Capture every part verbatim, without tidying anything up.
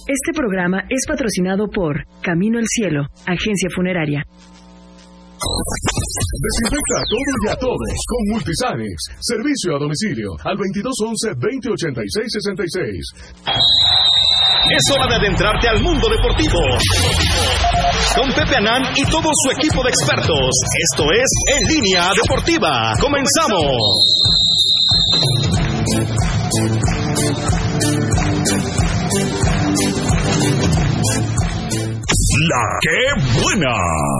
Este programa es patrocinado por Camino al Cielo, agencia funeraria. Desinfecta a todo y a todos con Multisanix. Servicio a domicilio al veintidós once, veinte ochenta y seis sesenta y seis. Es hora de adentrarte al mundo deportivo con Pepe Anán y todo su equipo de expertos. Esto es En Línea Deportiva. ¡Comenzamos! La que buena.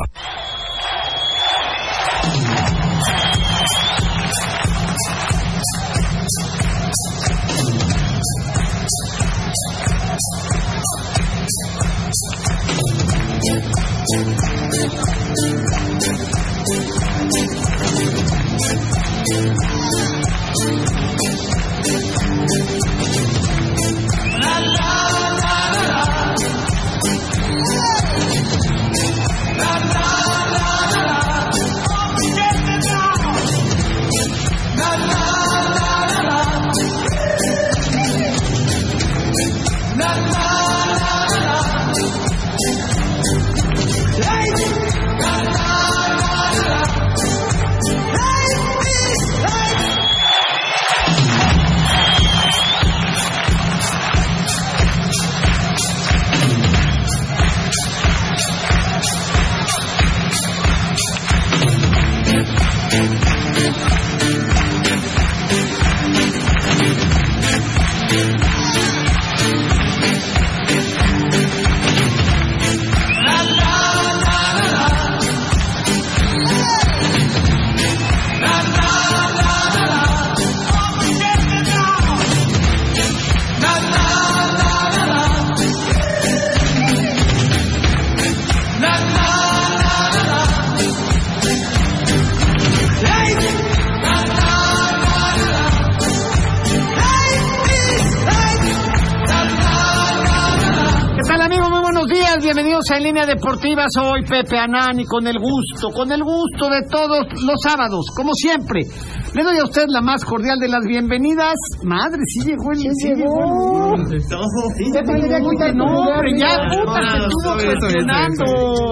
Bienvenidos a En Línea Deportiva, soy Pepe Anán y con el gusto, con el gusto de todos los sábados, como siempre, le doy a usted la más cordial de las bienvenidas. Madre, sí llegó el... Sí llegó. Sí, Pepe, quería quitar no, hombre, ya, puta, se estuvo cuestionando.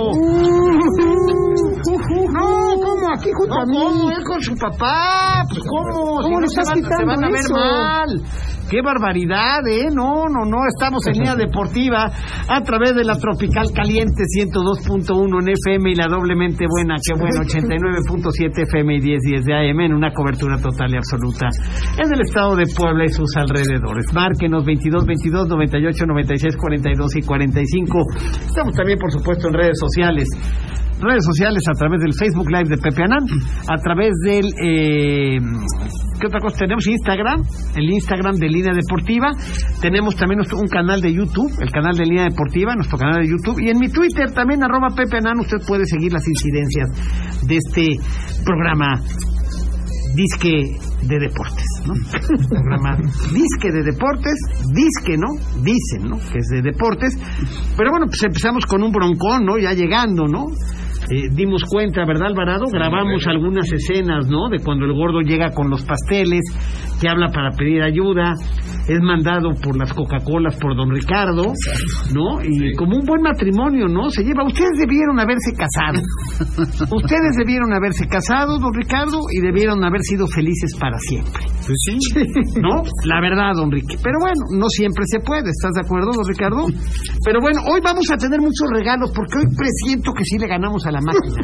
No, ¿cómo? Aquí junto a mí. ¿Cómo? Él con su papá. Pues, ¿cómo? ¿Cómo le estás quitando eso? Se van a ver mal. ¡Qué barbaridad, eh! No, no, no, estamos en Línea Deportiva a través de la Tropical Caliente ciento dos punto uno en F M y la doblemente buena, qué bueno, ochenta y nueve punto siete F M y diez diez de A M en una cobertura total y absoluta en el estado de Puebla y sus alrededores. Márquenos veintidós veintidós noventa y ocho noventa y seis cuarenta y dos y cuarenta y cinco. Estamos también, por supuesto, en redes sociales. Redes sociales a través del Facebook Live de Pepe Anán, a través del... Eh, ¿Qué otra cosa tenemos? Instagram, el Instagram de Línea Deportiva. Tenemos también un canal de YouTube, el canal de Línea Deportiva, nuestro canal de YouTube. Y en mi Twitter también, arroba Pepe Anán, usted puede seguir las incidencias de este programa disque de deportes, ¿no? Programa disque de deportes, disque, ¿no? Dicen, ¿no? Que es de deportes. Pero bueno, pues empezamos con un broncón, ¿no? Ya llegando, ¿no? Eh, dimos cuenta, ¿verdad, Alvarado? Grabamos algunas escenas, ¿no? De cuando el gordo llega con los pasteles, que habla para pedir ayuda, es mandado por las Coca-Colas por don Ricardo, ¿no? Y como un buen matrimonio, ¿no? Se lleva, ustedes debieron haberse casado. Ustedes debieron haberse casado, don Ricardo, y debieron haber sido felices para siempre. Pues sí. ¿No? La verdad, don Ricky. Pero bueno, no siempre se puede, ¿estás de acuerdo, don Ricardo? Pero bueno, hoy vamos a tener muchos regalos, porque hoy presiento que sí le ganamos a la máquina.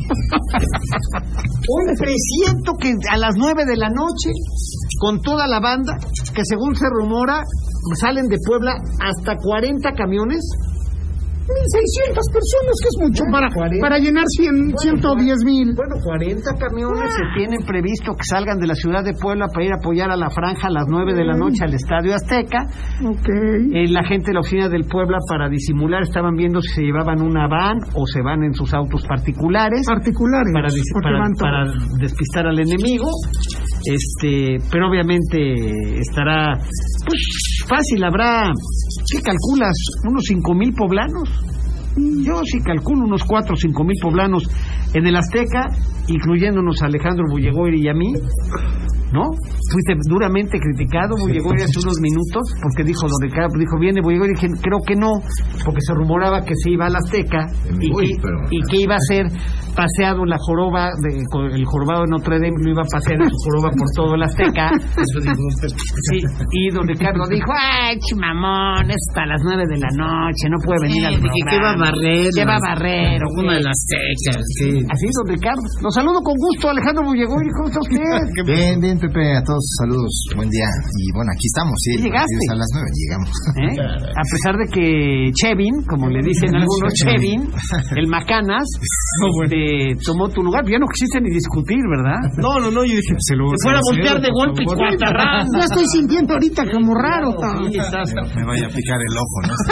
Hoy presiento que a las nueve de la noche, con toda la banda, que según se rumora, salen de Puebla hasta cuarenta camiones. mil seiscientas personas, que es mucho para, para llenar cien, ciento diez mil. Bueno, cuarenta camiones ah. se tienen previsto que salgan de la ciudad de Puebla para ir a apoyar a la franja a las nueve de la noche al Estadio Azteca. Okay. Eh, la gente de la oficina del Puebla, para disimular, estaban viendo si se llevaban una van o se van en sus autos particulares. Particulares. Para, para, para despistar al enemigo. Este, pero obviamente estará, pues, fácil, habrá, ¿qué calculas? ¿Unos cinco mil poblanos? Yo sí calculo unos cuatro o cinco mil poblanos en el Azteca, incluyéndonos a Alejandro Bullegoiri y a mí, ¿no? Fuiste duramente criticado, Bullegoiri, hace unos minutos, porque dijo, don Ricardo, dijo, viene Bullegoiri, dije, creo que no, porque se rumoraba que se iba al Azteca y, Uy, que, pero... y que iba a ser paseado en la joroba, de, el jorobado de Notre Dame, lo iba a pasear en su joroba por todo el Azteca. Sí, y don Ricardo dijo, ay, chimamón, es hasta las nueve de la noche, no puede venir al programa. Que va a barrer. Que va a barrer. Una de las tecas, sí. Así es, don Ricardo. Los saludo con gusto, Alejandro Bullegoiri, ¿cómo está usted? Bien, bien, Pepe, a todos saludos, buen día. Y bueno, aquí estamos, sí. ¿Llegaste? A las nueve llegamos. ¿Eh? A pesar de que Chevin, como le dicen algunos, Chevin, el Macanas, este, tomó tu lugar. Ya no quisiste ni discutir, ¿verdad? No, no, no, yo dije, se lo... Se fuera a voltear de golpe y cuatarrán. Ya estoy sintiendo ahorita como raro. Sí, estás... Me vaya a picar el ojo, ¿no?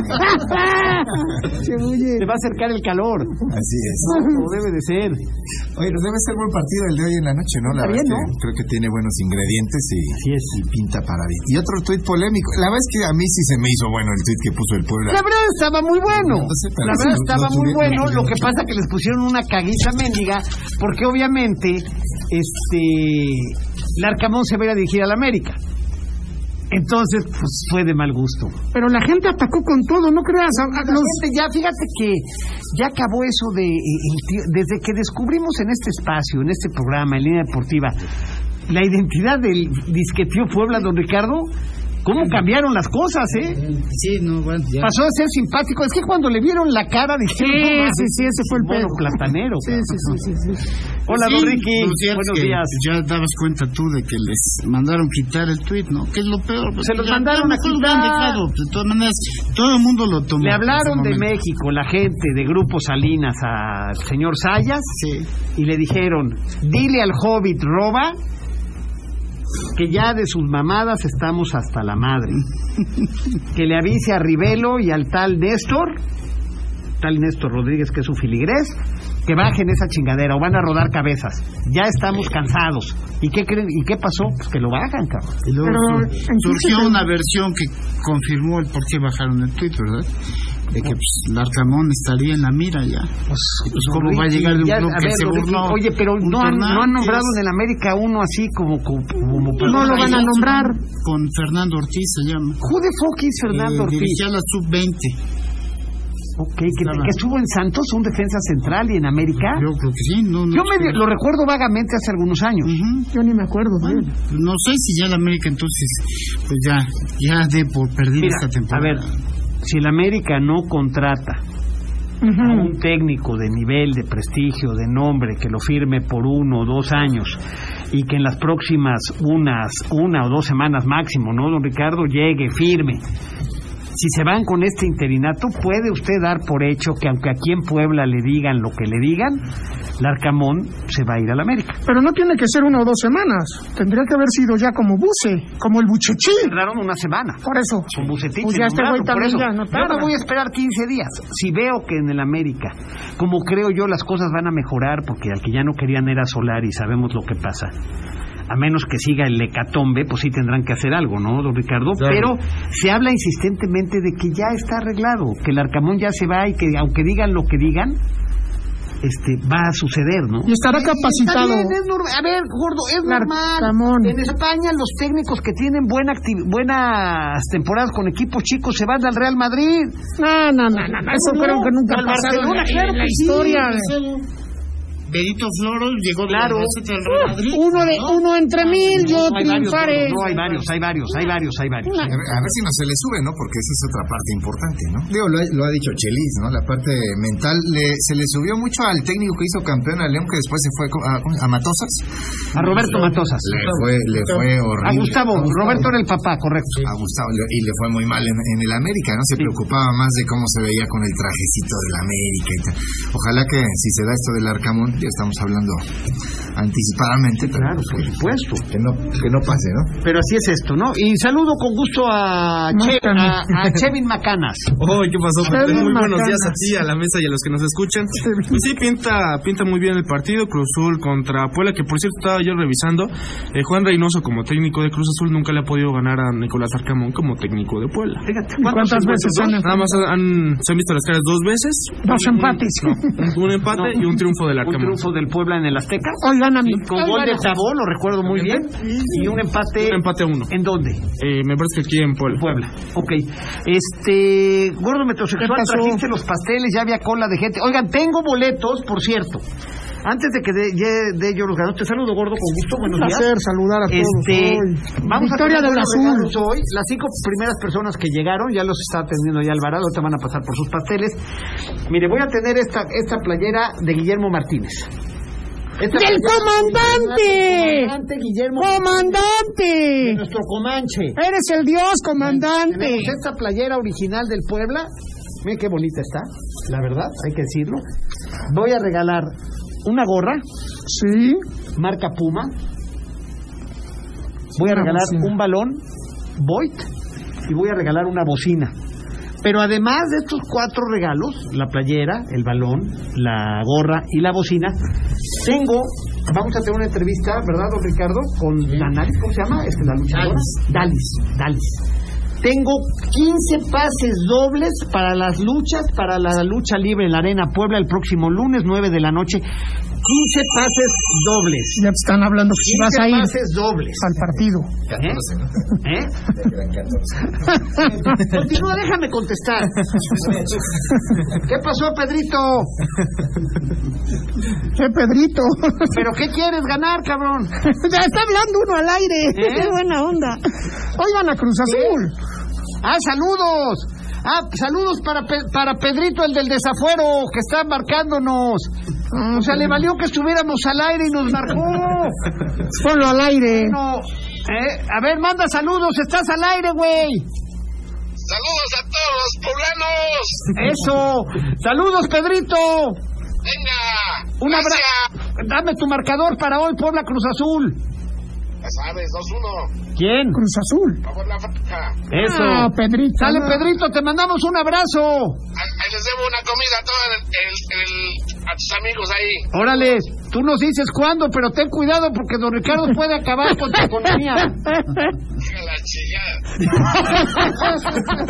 Te va a acercar el calor. Así es. Como debe de ser. Oye, pues debe ser buen partido el de hoy en la noche, ¿no? La Está verdad bien, es que ¿no? creo que tiene buenos ingredientes y, Así es. y pinta para bien. Y otro tuit polémico. La verdad es que a mí sí se me hizo bueno el tuit que puso el Puebla. La verdad estaba muy bueno. No sé, pero La verdad sí, estaba no muy tuvieron- bueno. Lo que pasa que les pusieron una caguiza mendiga, porque obviamente este Larcamón se va a ir a dirigir a la América. Entonces, pues fue de mal gusto. Pero la gente atacó con todo, no creas. A, a La los... gente ya, fíjate que ya acabó eso de eh, el tío- desde que descubrimos en este espacio, en este programa, en Línea Deportiva, la identidad del disquetío Puebla, don Ricardo. ¿Cómo cambiaron las cosas, eh? Sí, no, bueno, ya. Pasó a ser simpático. Es que cuando le vieron la cara dijeron, Sí, no, sí, sí, ese fue el mono pedo. platanero. Sí, sí, sí, sí, sí. Hola, Sí, don Ricky. lo cierto Buenos es que días. Ya dabas cuenta tú de que les mandaron quitar el tuit, ¿no? ¿Qué es lo peor? Se los Ya, mandaron ya a mejor lo quitar. han dejado. De todas maneras, todo el mundo lo tomó. Le hablaron en de ese momento. México, la gente de Grupo Salinas, al señor Sayas, Sí. y le dijeron, dile al Hobbit Roba que ya de sus mamadas estamos hasta la madre. Que le avise a Rivelo y al tal Néstor, tal Néstor Rodríguez, que es su filigrés, que bajen esa chingadera o van a rodar cabezas. Ya estamos cansados. ¿Y qué creen? ¿Y qué pasó? Pues que lo bajan, cabrón. Y luego Pero, sur- ¿en qué surgió se- una versión que confirmó el por qué bajaron el tuit, ¿verdad? De que pues, Larcamón estaría en la mira ya. Pues, ¿cómo va a llegar de un Ya, club a que ver, se don Ricky, burló? oye, pero un no han, no han Fernández, nombrado en el América uno así como... como, como No lo van a nombrar. Con Fernando Ortiz se llama. Who the fuck is Fernando Eh, Ortiz? dirigía la sub veinte. Ok, que, que estuvo en Santos, un defensa central, y en América. Yo creo que sí. No, no Yo sé. me, lo recuerdo vagamente hace algunos años. Ujú. Yo ni me acuerdo de él. No sé si ya la América entonces, pues ya, ya de por perdida Mira, esta temporada. a ver, si el América no contrata a un técnico de nivel, de prestigio, de nombre, que lo firme por uno o dos años y que en las próximas unas, una o dos semanas máximo, ¿no, don Ricardo? Llegue firme. Si se van con este interinato, puede usted dar por hecho que aunque aquí en Puebla le digan lo que le digan, Larcamón se va a ir a la América. Pero no tiene que ser una o dos semanas. Tendría que haber sido ya como Buce, como el Buchechí. Cerraron una semana. Por eso. Con Bucetich Pues ya este nombrado, güey por también eso. ya no Yo tarda. no voy a esperar quince días. Si veo que en el América, como creo yo, las cosas van a mejorar, porque al que ya no querían era Solari, sabemos lo que pasa. A menos que siga el hecatombe, pues sí tendrán que hacer algo, ¿no, don Ricardo? Claro. Pero se habla insistentemente de que ya está arreglado, que el Arcamón ya se va y que aunque digan lo que digan, este va a suceder, ¿no? Y estará capacitado. Está bien, es normal. A ver, gordo, es normal. Larcamón. En España los técnicos que tienen buena acti- buenas temporadas con equipos chicos se van al Real Madrid. No, no, no, no, no, eso No, creo que nunca al ha pasado en Barcelona, la, claro en la que sí. historia. Benito Floro llegó Claro. dos veces al Real Madrid. Uno de uno entre mil, yo No, hay varios, triunfaré. no, hay varios, hay varios, hay varios, hay varios. A ver, a ver si no se le sube, ¿no? Porque esa es otra parte importante, ¿no? Digo, lo, ha- lo ha dicho Chelis, ¿no? La parte mental le, se le subió mucho al técnico que hizo campeón a León, que después se fue co- a, ¿cómo? a Matosas. A Roberto Matosas. Le fue, le fue horrible. A Gustavo, Roberto era el papá, correcto. A Gustavo, le- y le fue muy mal en, en el América, ¿no? Se Sí. preocupaba más de cómo se veía con el trajecito del América y tal. Ojalá que si se da esto del Arcamón, Estamos hablando anticipadamente, pero claro, por supuesto. Que no, que no pase, ¿no? Pero así es esto, ¿no? Y saludo con gusto a, che, a, a Chevin Macanas. Oh, ¿qué pasó? Chevin Muy buenos Macanas. días a ti, a la mesa y a los que nos escuchan. Pues sí, pinta pinta muy bien el partido. Cruz Azul contra Puebla, que por cierto estaba yo revisando. Eh, Juan Reynoso, como técnico de Cruz Azul, nunca le ha podido ganar a Nicolás Arcamón como técnico de Puebla. Fíjate, ¿cuántas veces han Nada más han, se han visto las caras dos veces. Dos un, empates. No, un empate no, y un triunfo del un Arcamón. triunfo del Puebla en el Azteca. Oigan a mí. Con gol de Tabó, lo recuerdo muy bien. Y un empate. Un empate a uno. ¿En dónde? Eh, me parece que aquí en Puebla. Puebla. Ok. Este. Gordo metrosexual, trajiste los pasteles, ya había cola de gente. Oigan, tengo boletos, por cierto. Antes de que de, de, de yo los ganó, te saludo, Gordo, con gusto. Buenos Un días. placer saludar a todos Este, hoy. Vamos Victoria a tener del buenos Azul. regalos hoy. Las cinco primeras personas que llegaron, ya los está atendiendo ya Alvarado, te van a pasar por sus pasteles. Mire, voy a tener esta, esta playera de Guillermo Martínez. Esta ¡Del playera comandante! del comandante Guillermo ¡Comandante! de nuestro Comanche. Eres el dios, comandante. Tenemos esta playera original del Puebla. Miren qué bonita está, la verdad, hay que decirlo. Voy a regalar una gorra, Sí. marca Puma. Voy a Una regalar bocina. un balón Voigt y voy a regalar una bocina. Pero además de estos cuatro regalos, la playera, el balón, la gorra y la bocina, tengo, vamos a tener una entrevista, ¿verdad, don Ricardo? Con Danis, ¿cómo se llama? Este, la luchadora. Dalis, Dalis. Tengo quince pases dobles para las luchas, para la lucha libre en la Arena Puebla el próximo lunes, nueve de la noche. quince pases dobles. Ya te están hablando que si vas a ir quince pases dobles. al partido. ¿Eh? ¿Eh? Continúa, déjame contestar. ¿Qué pasó, Pedrito? ¡Qué Pedrito! ¿Pero qué quieres ganar, cabrón? Ya está hablando uno al aire. ¿Eh? ¡Qué buena onda! Oigan a Cruz Azul. Ah, saludos. Ah, saludos para, Pe- para Pedrito, el del desafuero, que está marcándonos. O sea, le valió que estuviéramos al aire y nos marcó. Ponlo al aire. No, eh, a ver, manda saludos, estás al aire, güey. Saludos a todos los poblanos. Eso. Saludos, Pedrito. Venga. Un gracias. abrazo. Dame tu marcador para hoy, Puebla Cruz Azul. Ya sabes, dos uno. ¿Quién? Cruz Azul. Por la faja. Eso. Ah, Pedrito. Sale, no. Pedrito, te mandamos un abrazo. Ahí ahí les debo una comida a todos el, el, el- a tus amigos ahí. Órale, tú nos dices cuándo, pero ten cuidado porque don Ricardo puede acabar con tu economía. Hija la chingada.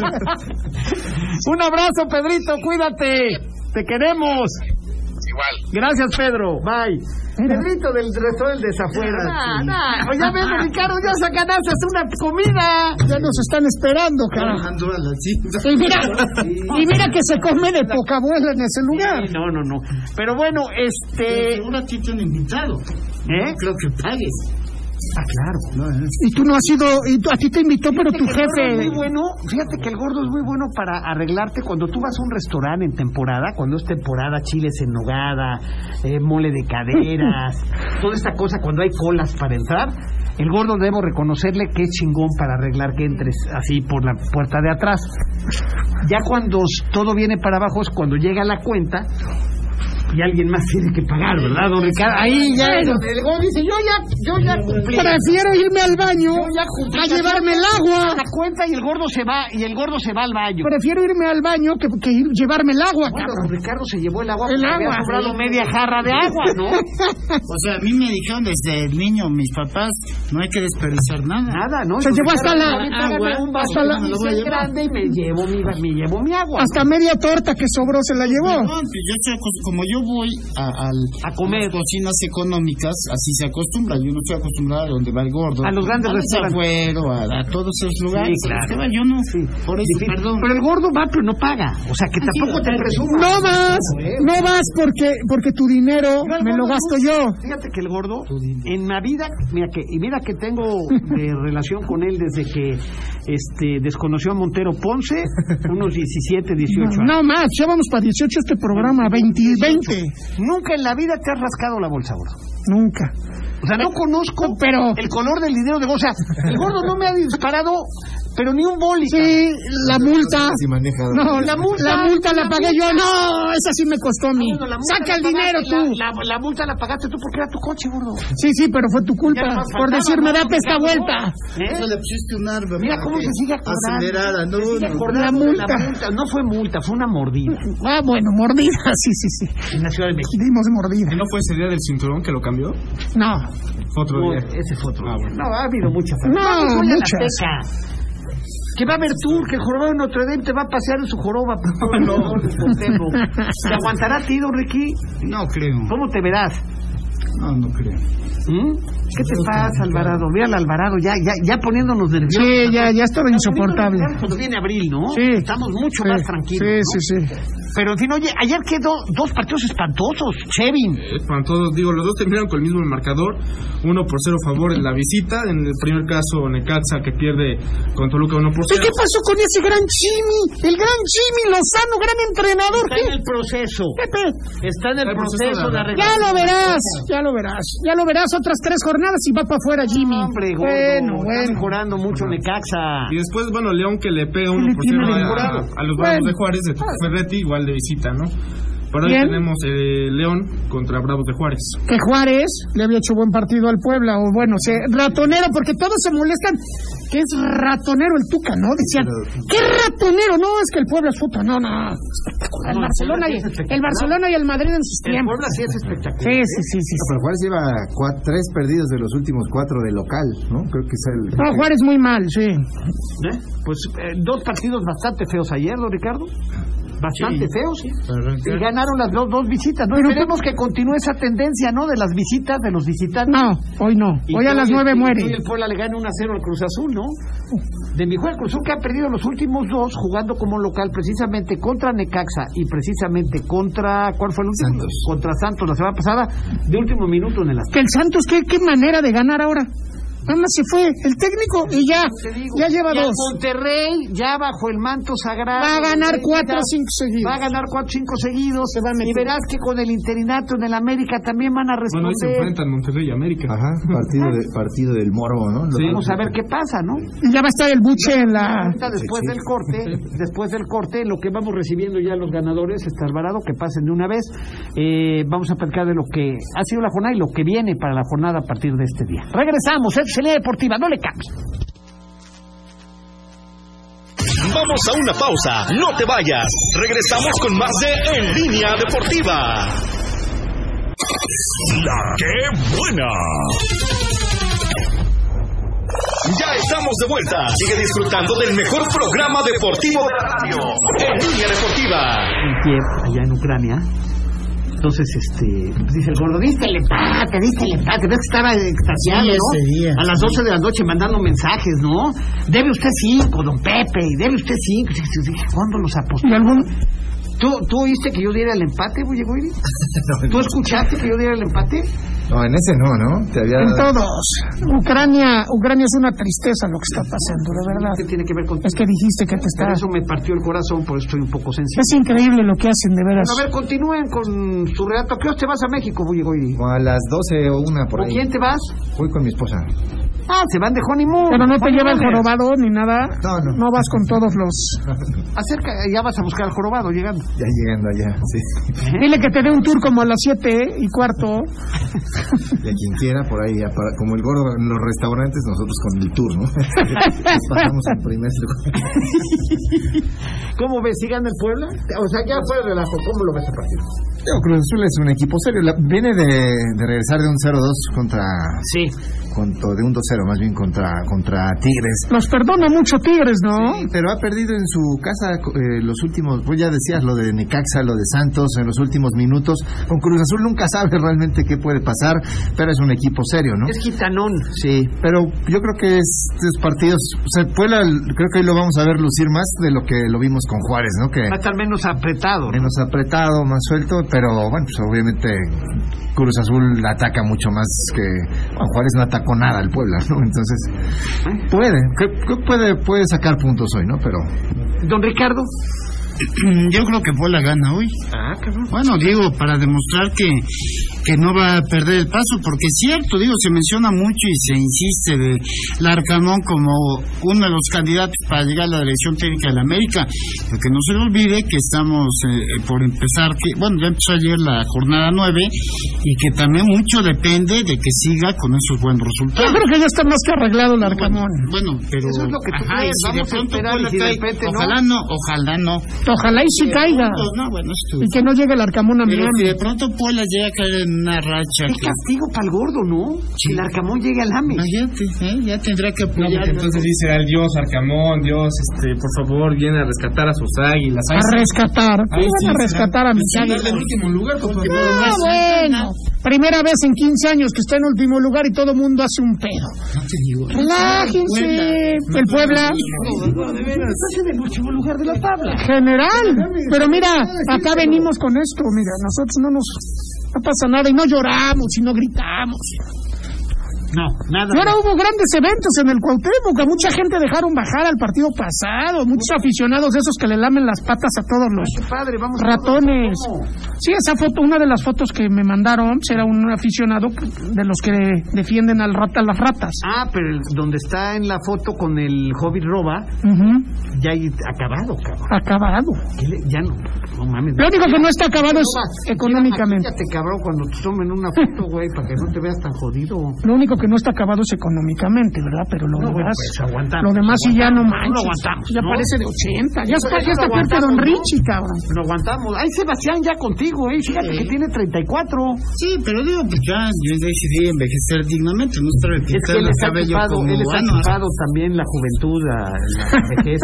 Un abrazo, Pedrito, cuídate. Te queremos. Igual. Gracias, Pedro. Bye. Pedrito del restaurante del desafuera. Nah, nah. Oye, ves, Ricardo, ya se ganaste una comida. Ya nos están esperando, carajo. Y mira, y mira que se come de poca abuela en ese lugar. Sí, no, no, no. Pero bueno, este... Ahora sí te han invitado. ¿Eh? Creo que pagues. Ah, claro. Y tú no has ido, y tú- a ti te invitó, pero tu Fíjate que el gordo es jefe. muy bueno, fíjate que el gordo es muy bueno para arreglarte cuando tú vas a un restaurante en temporada, cuando es temporada, chiles en nogada, eh, mole de caderas, toda esta cosa, cuando hay colas para entrar, el gordo debo reconocerle que es chingón para arreglar que entres así por la puerta de atrás. Ya cuando todo viene para abajo es cuando llega la cuenta y alguien más tiene que pagar, ¿verdad, don Ricardo? Ahí ya el, el gordo dice, yo ya, yo ya cumplí. Prefiero irme al baño Yo ya cumplí a la llevarme el cuenta, agua. la cuenta y el gordo se va y el gordo se va al baño. Prefiero irme al baño que, que ir- llevarme el agua, Bueno, cabrón. don Ricardo se llevó el agua El porque había agua. sobrado media jarra de agua, ¿no? O sea, a mí me dijeron desde niño, mis papás, no hay que desperdiciar nada. Nada, ¿no? Se llevó hasta la- Ahorita hágame un vaso hasta la- de unicel grande y me llevo mi, me llevo mi agua. Hasta media torta que sobró se la llevó. No, pues yo estoy acos- como yo voy a, al, A comer. las cocinas económicas, así se acostumbra. Yo no estoy acostumbrado a donde va el gordo. A los grandes restaurantes. Desafuero, a, a todos esos lugares. Sí, claro. Esteban, yo no. Sí. Por eso, Difícil. perdón. Pero el gordo va, pero no paga. O sea, que tampoco te presumas. No vas, no vas porque porque tu dinero Yo al me lo gordo gasto no- yo. Fíjate que el gordo, en la vida, mira que, y mira que tengo de relación con él desde que este desconoció a Montero Ponce, unos diecisiete, dieciocho años. No más, ya vamos para dieciocho este programa, veinte, veinte. Nunca en la vida te has rascado la bolsa, gordo. Nunca. O sea, no conozco Pero- el color del dinero de gordo. O sea, el gordo no me ha disparado pero ni un boli. Sí, la multa. Si maneja, no, la multa, la multa la pagué yo. No, esa sí me costó a mí. Bueno, Saca el dinero pagaste, tú. La, la, la multa la pagaste tú porque era tu coche, gordo. Sí, sí, pero fue tu culpa por decirme, date esta vuelta. ¿Eh? No le pusiste un arma. Mira cómo se sigue acordando. Acelerada, no, se sigue no. acordando La de multa. la multa. No fue multa, fue una mordida. Ah, bueno, mordida, sí, sí, sí. En la Ciudad de México. Dimos mordida. ¿Y no fue ese día del cinturón que lo cambió? No. Fue otro No, día. ese fue otro. Ah, bueno. No, ha habido muchas. No, Vamos hoy a la muchas. Azteca. Que va a haber tour, que el jorobado de Notre Dame te va a pasear en su joroba. Pero no, no. ¿Te aguantará a ti, don Ricky? No creo. ¿Cómo te verás? No, no creo. ¿Mm? ¿Qué te pasa, Alvarado? Ve al Alvarado, ya, ya, ya poniéndonos nerviosos. Sí, ya, ya estaba insoportable. Cuando viene abril, ¿no? Sí. Estamos mucho Sí, más tranquilos. Sí, ¿no? sí, sí. Pero en fin, oye, ayer quedó dos partidos espantosos, Chevin. Espantosos, digo, los dos terminaron con el mismo marcador, uno por cero a favor en la visita, en el primer caso Necaxa que pierde con Toluca uno por ¿Y cero. qué pasó con ese gran Jimmy? El gran Jimmy Lozano, gran entrenador. Está en el proceso. Pepe, Está en el El proceso proceso de de arreglar. ya lo verás, ya lo verás. Ya lo verás otras tres jornadas y va para afuera Jimmy. Hombre, gordo, bueno, está bueno. mejorando mucho Necaxa. Y después, bueno, León que le pega uno le por tiene cero a, mejorado? a los Bravos Bueno. de Juárez de Ferretti, igual de visita, ¿no? Por hoy Bien. tenemos eh, León contra Bravos de Juárez. Que Juárez le había hecho buen partido al Puebla, o bueno, se, ratonero, porque todos se molestan que es ratonero el Tuca, ¿no? Decían, ¿qué ratonero? No, es que el Puebla es puta, no, no. Espectacular. El No, Barcelona, el Puebla sí y, es espectacular. el Barcelona y el Madrid en sus El tiempos. Puebla sí es espectacular. Sí, sí, sí, sí. No, pero Juárez lleva cuatro, tres perdidos de los últimos cuatro de local, ¿no? Creo que es el... No, Juárez muy mal, sí. ¿Eh? Pues eh, dos partidos bastante feos ayer, ¿no, Ricardo? Bastante Sí. feos, sí. Para arrancar. Y ganaron las dos, dos visitas, ¿no? Pero- Esperemos que continúe esa tendencia, ¿no? De las visitas, de los visitantes. No, hoy no. Y Hoy que a las hoy- nueve y muere. hoy el Puebla le gane uno a cero al Cruz Azul, ¿no? De mi juego, el Cruz Azul que ha perdido los últimos dos jugando como local precisamente contra Necaxa y precisamente contra... ¿Cuál fue el último? Santos. Contra Santos la semana pasada, de último minuto en el Azteca. Que el Santos, ¿qué, qué manera de ganar ahora? Nada más se fue el técnico y ya, Te digo, ya lleva y al dos. Monterrey, ya bajo el manto sagrado. Va a ganar de cuatro o Mérida, cinco seguidos. Va a ganar cuatro o cinco seguidos. Se va a meter. Y verás que con el interinato en el América también van a Bueno, ahí se responder. enfrentan Monterrey y América. Ajá, partido, de, partido del morbo, ¿no? Sí. Vamos a ver qué pasa, ¿no? Y ya va a estar el buche en la... Ahorita después del corte, después del corte, lo que vamos recibiendo ya los ganadores, está Alvarado, que pasen de una vez. Eh, vamos a platicar de lo que ha sido la jornada y lo que viene para la jornada a partir de este día. Regresamos, es Línea Deportiva, no le cambie. Vamos a una pausa, no te vayas. Regresamos con más de En Línea Deportiva. La que buena. Ya estamos de vuelta. Sigue disfrutando del mejor programa deportivo de la radio. En Línea Deportiva. En Kiev, allá en Ucrania. Entonces, este, pues dice el gordo, diste el empate, diste el empate. Ves que estaba extasiado, Sí, ¿no? ese día. A las doce de la noche mandando mensajes, ¿no? Debe usted cinco, don Pepe, y debe usted cinco. Y dije, ¿cuándo los apostó? ¿Y algún... ¿Tú, ¿Tú oíste que yo diera el empate, Bullegoiri? No, ¿Tú escuchaste que yo diera el empate? no, en ese no, ¿no? Te había... En todos. Ucrania, Ucrania es una tristeza lo que está pasando, de verdad. ¿Qué tiene que ver con Es que dijiste que te Por está... eso me partió el corazón, por eso estoy un poco sensible. Es increíble lo que hacen, de veras. Bueno, a ver, continúen con su relato. ¿A qué hora te vas a México, Bullegoiri? Como a las doce o una por ¿Con ahí. quién te vas? Voy con mi esposa. Ah, se van de honeymoon. Pero no te lleva el Honeymooners. jorobado ni nada. No, no. No vas con todos los... Acerca, ya vas a buscar al jorobado llegando. Ya llegando allá, sí. Dile que te dé un tour como a las siete y cuarto. Y a quien quiera, por ahí, ya para- como el gordo en los restaurantes, nosotros con el tour, ¿no? Nos pasamos en primer lugar. ¿Cómo ves? ¿Sí gana el Puebla? O sea, ya fue el relajo. ¿Cómo lo ves el partido? Yo, Cruz Azul es un equipo serio. La- viene de, de regresar de un cero dos contra, Sí. contra... de un dos cero, más bien, contra, contra Tigres. Los perdona mucho Tigres, ¿no? Sí, pero ha perdido en su casa eh, los últimos, pues ya decías lo de Necaxa, lo de Santos en los últimos minutos. Con Cruz Azul nunca sabe realmente qué puede pasar, pero es un equipo serio, ¿no? Es gitanón. Sí, pero yo creo que estos partidos, o sea, Puebla, creo que hoy lo vamos a ver lucir más de lo que lo vimos con Juárez, ¿no? Que Va a estar menos apretado, ¿no? menos apretado, más suelto, pero bueno, pues obviamente Cruz Azul ataca mucho más que bueno, Juárez no atacó nada al Puebla, ¿no? Entonces puede, que- que puede puede sacar puntos hoy, ¿no? Pero Don Ricardo. Yo creo que Puebla gana hoy. Ah, cabrón. Bueno, digo, para demostrar que, que no va a perder el paso, porque es cierto, digo, se menciona mucho y se insiste de Larcamón como uno de los candidatos para llegar a la dirección técnica de la América, porque no se le olvide que estamos eh, por empezar, que bueno, ya empezó ayer la jornada nueve, y que también mucho depende de que siga con esos buenos resultados. Yo creo que ya está más que arreglado el Larcamón. Bueno, bueno, pero eso es lo que tú ajá, crees, y si de vamos a pronto esperar, y si de cae, repente no. ojalá no, ojalá no. Ojalá y si caiga. No, bueno, esto, Y que no llegue el Arcamón a pero Miami. si de pronto Puebla llega a caer en una racha. Es que, castigo para el gordo, ¿no? Si el Arcamón llegue al AME. imagínate, ¿eh? Ya tendrá que No, apoyar. porque entonces dice al Dios Arcamón, Dios, este, por favor, viene a rescatar a sus águilas. A rescatar. Ahí ¿Cómo sí van a será. rescatar a mis Sí, águilas? en último lugar, por favor. Ah, bueno. Primera vez en quince años que está en último lugar y todo el mundo hace un pedo. No te digo. Relájense. El Puebla. Estás en el último lugar de la tabla. General. Pero mira, acá venimos con esto. Mira, nosotros no nos... No pasa nada y no lloramos y no gritamos. No, nada. Y ahora hubo grandes eventos en el Cuauhtémoc, a mucha gente dejaron bajar al partido pasado, muchos aficionados esos que le lamen las patas a todos los Qué padre, vamos ratones. ¿Cómo? Sí, esa foto, una de las fotos que me mandaron, era un aficionado de los que defienden al rata, a las ratas. Ah, pero el- donde está en la foto con el Hobbit Roba, Ujú. ya hay acabado, cabrón. Acabado. ¿Qué le- Ya no, no mames. Lo único que no está acabado es Roba, económicamente. Maquíllate, cabrón, cuando te tomen una foto, güey, para que no te veas tan jodido. Lo único que no está acabado es económicamente, ¿verdad? Pero lo No, bueno, demás, pues, aguantamos, lo demás sí ya no aguantamos, manches. no aguantamos, ya ¿no? parece de ochenta. Ya está, Eso ya está lo peor que aguantamos, Don ¿no? Richie, cabrón. Lo aguantamos. Ay, Sebastián, ya contigo, eh. Fíjate que tiene treinta y cuatro. Sí, pero digo, pues ya, yo decidí envejecer dignamente, no estar Es que pintando él el está cabello chupado, como él está ano. chupado también la juventud, la, la vejez.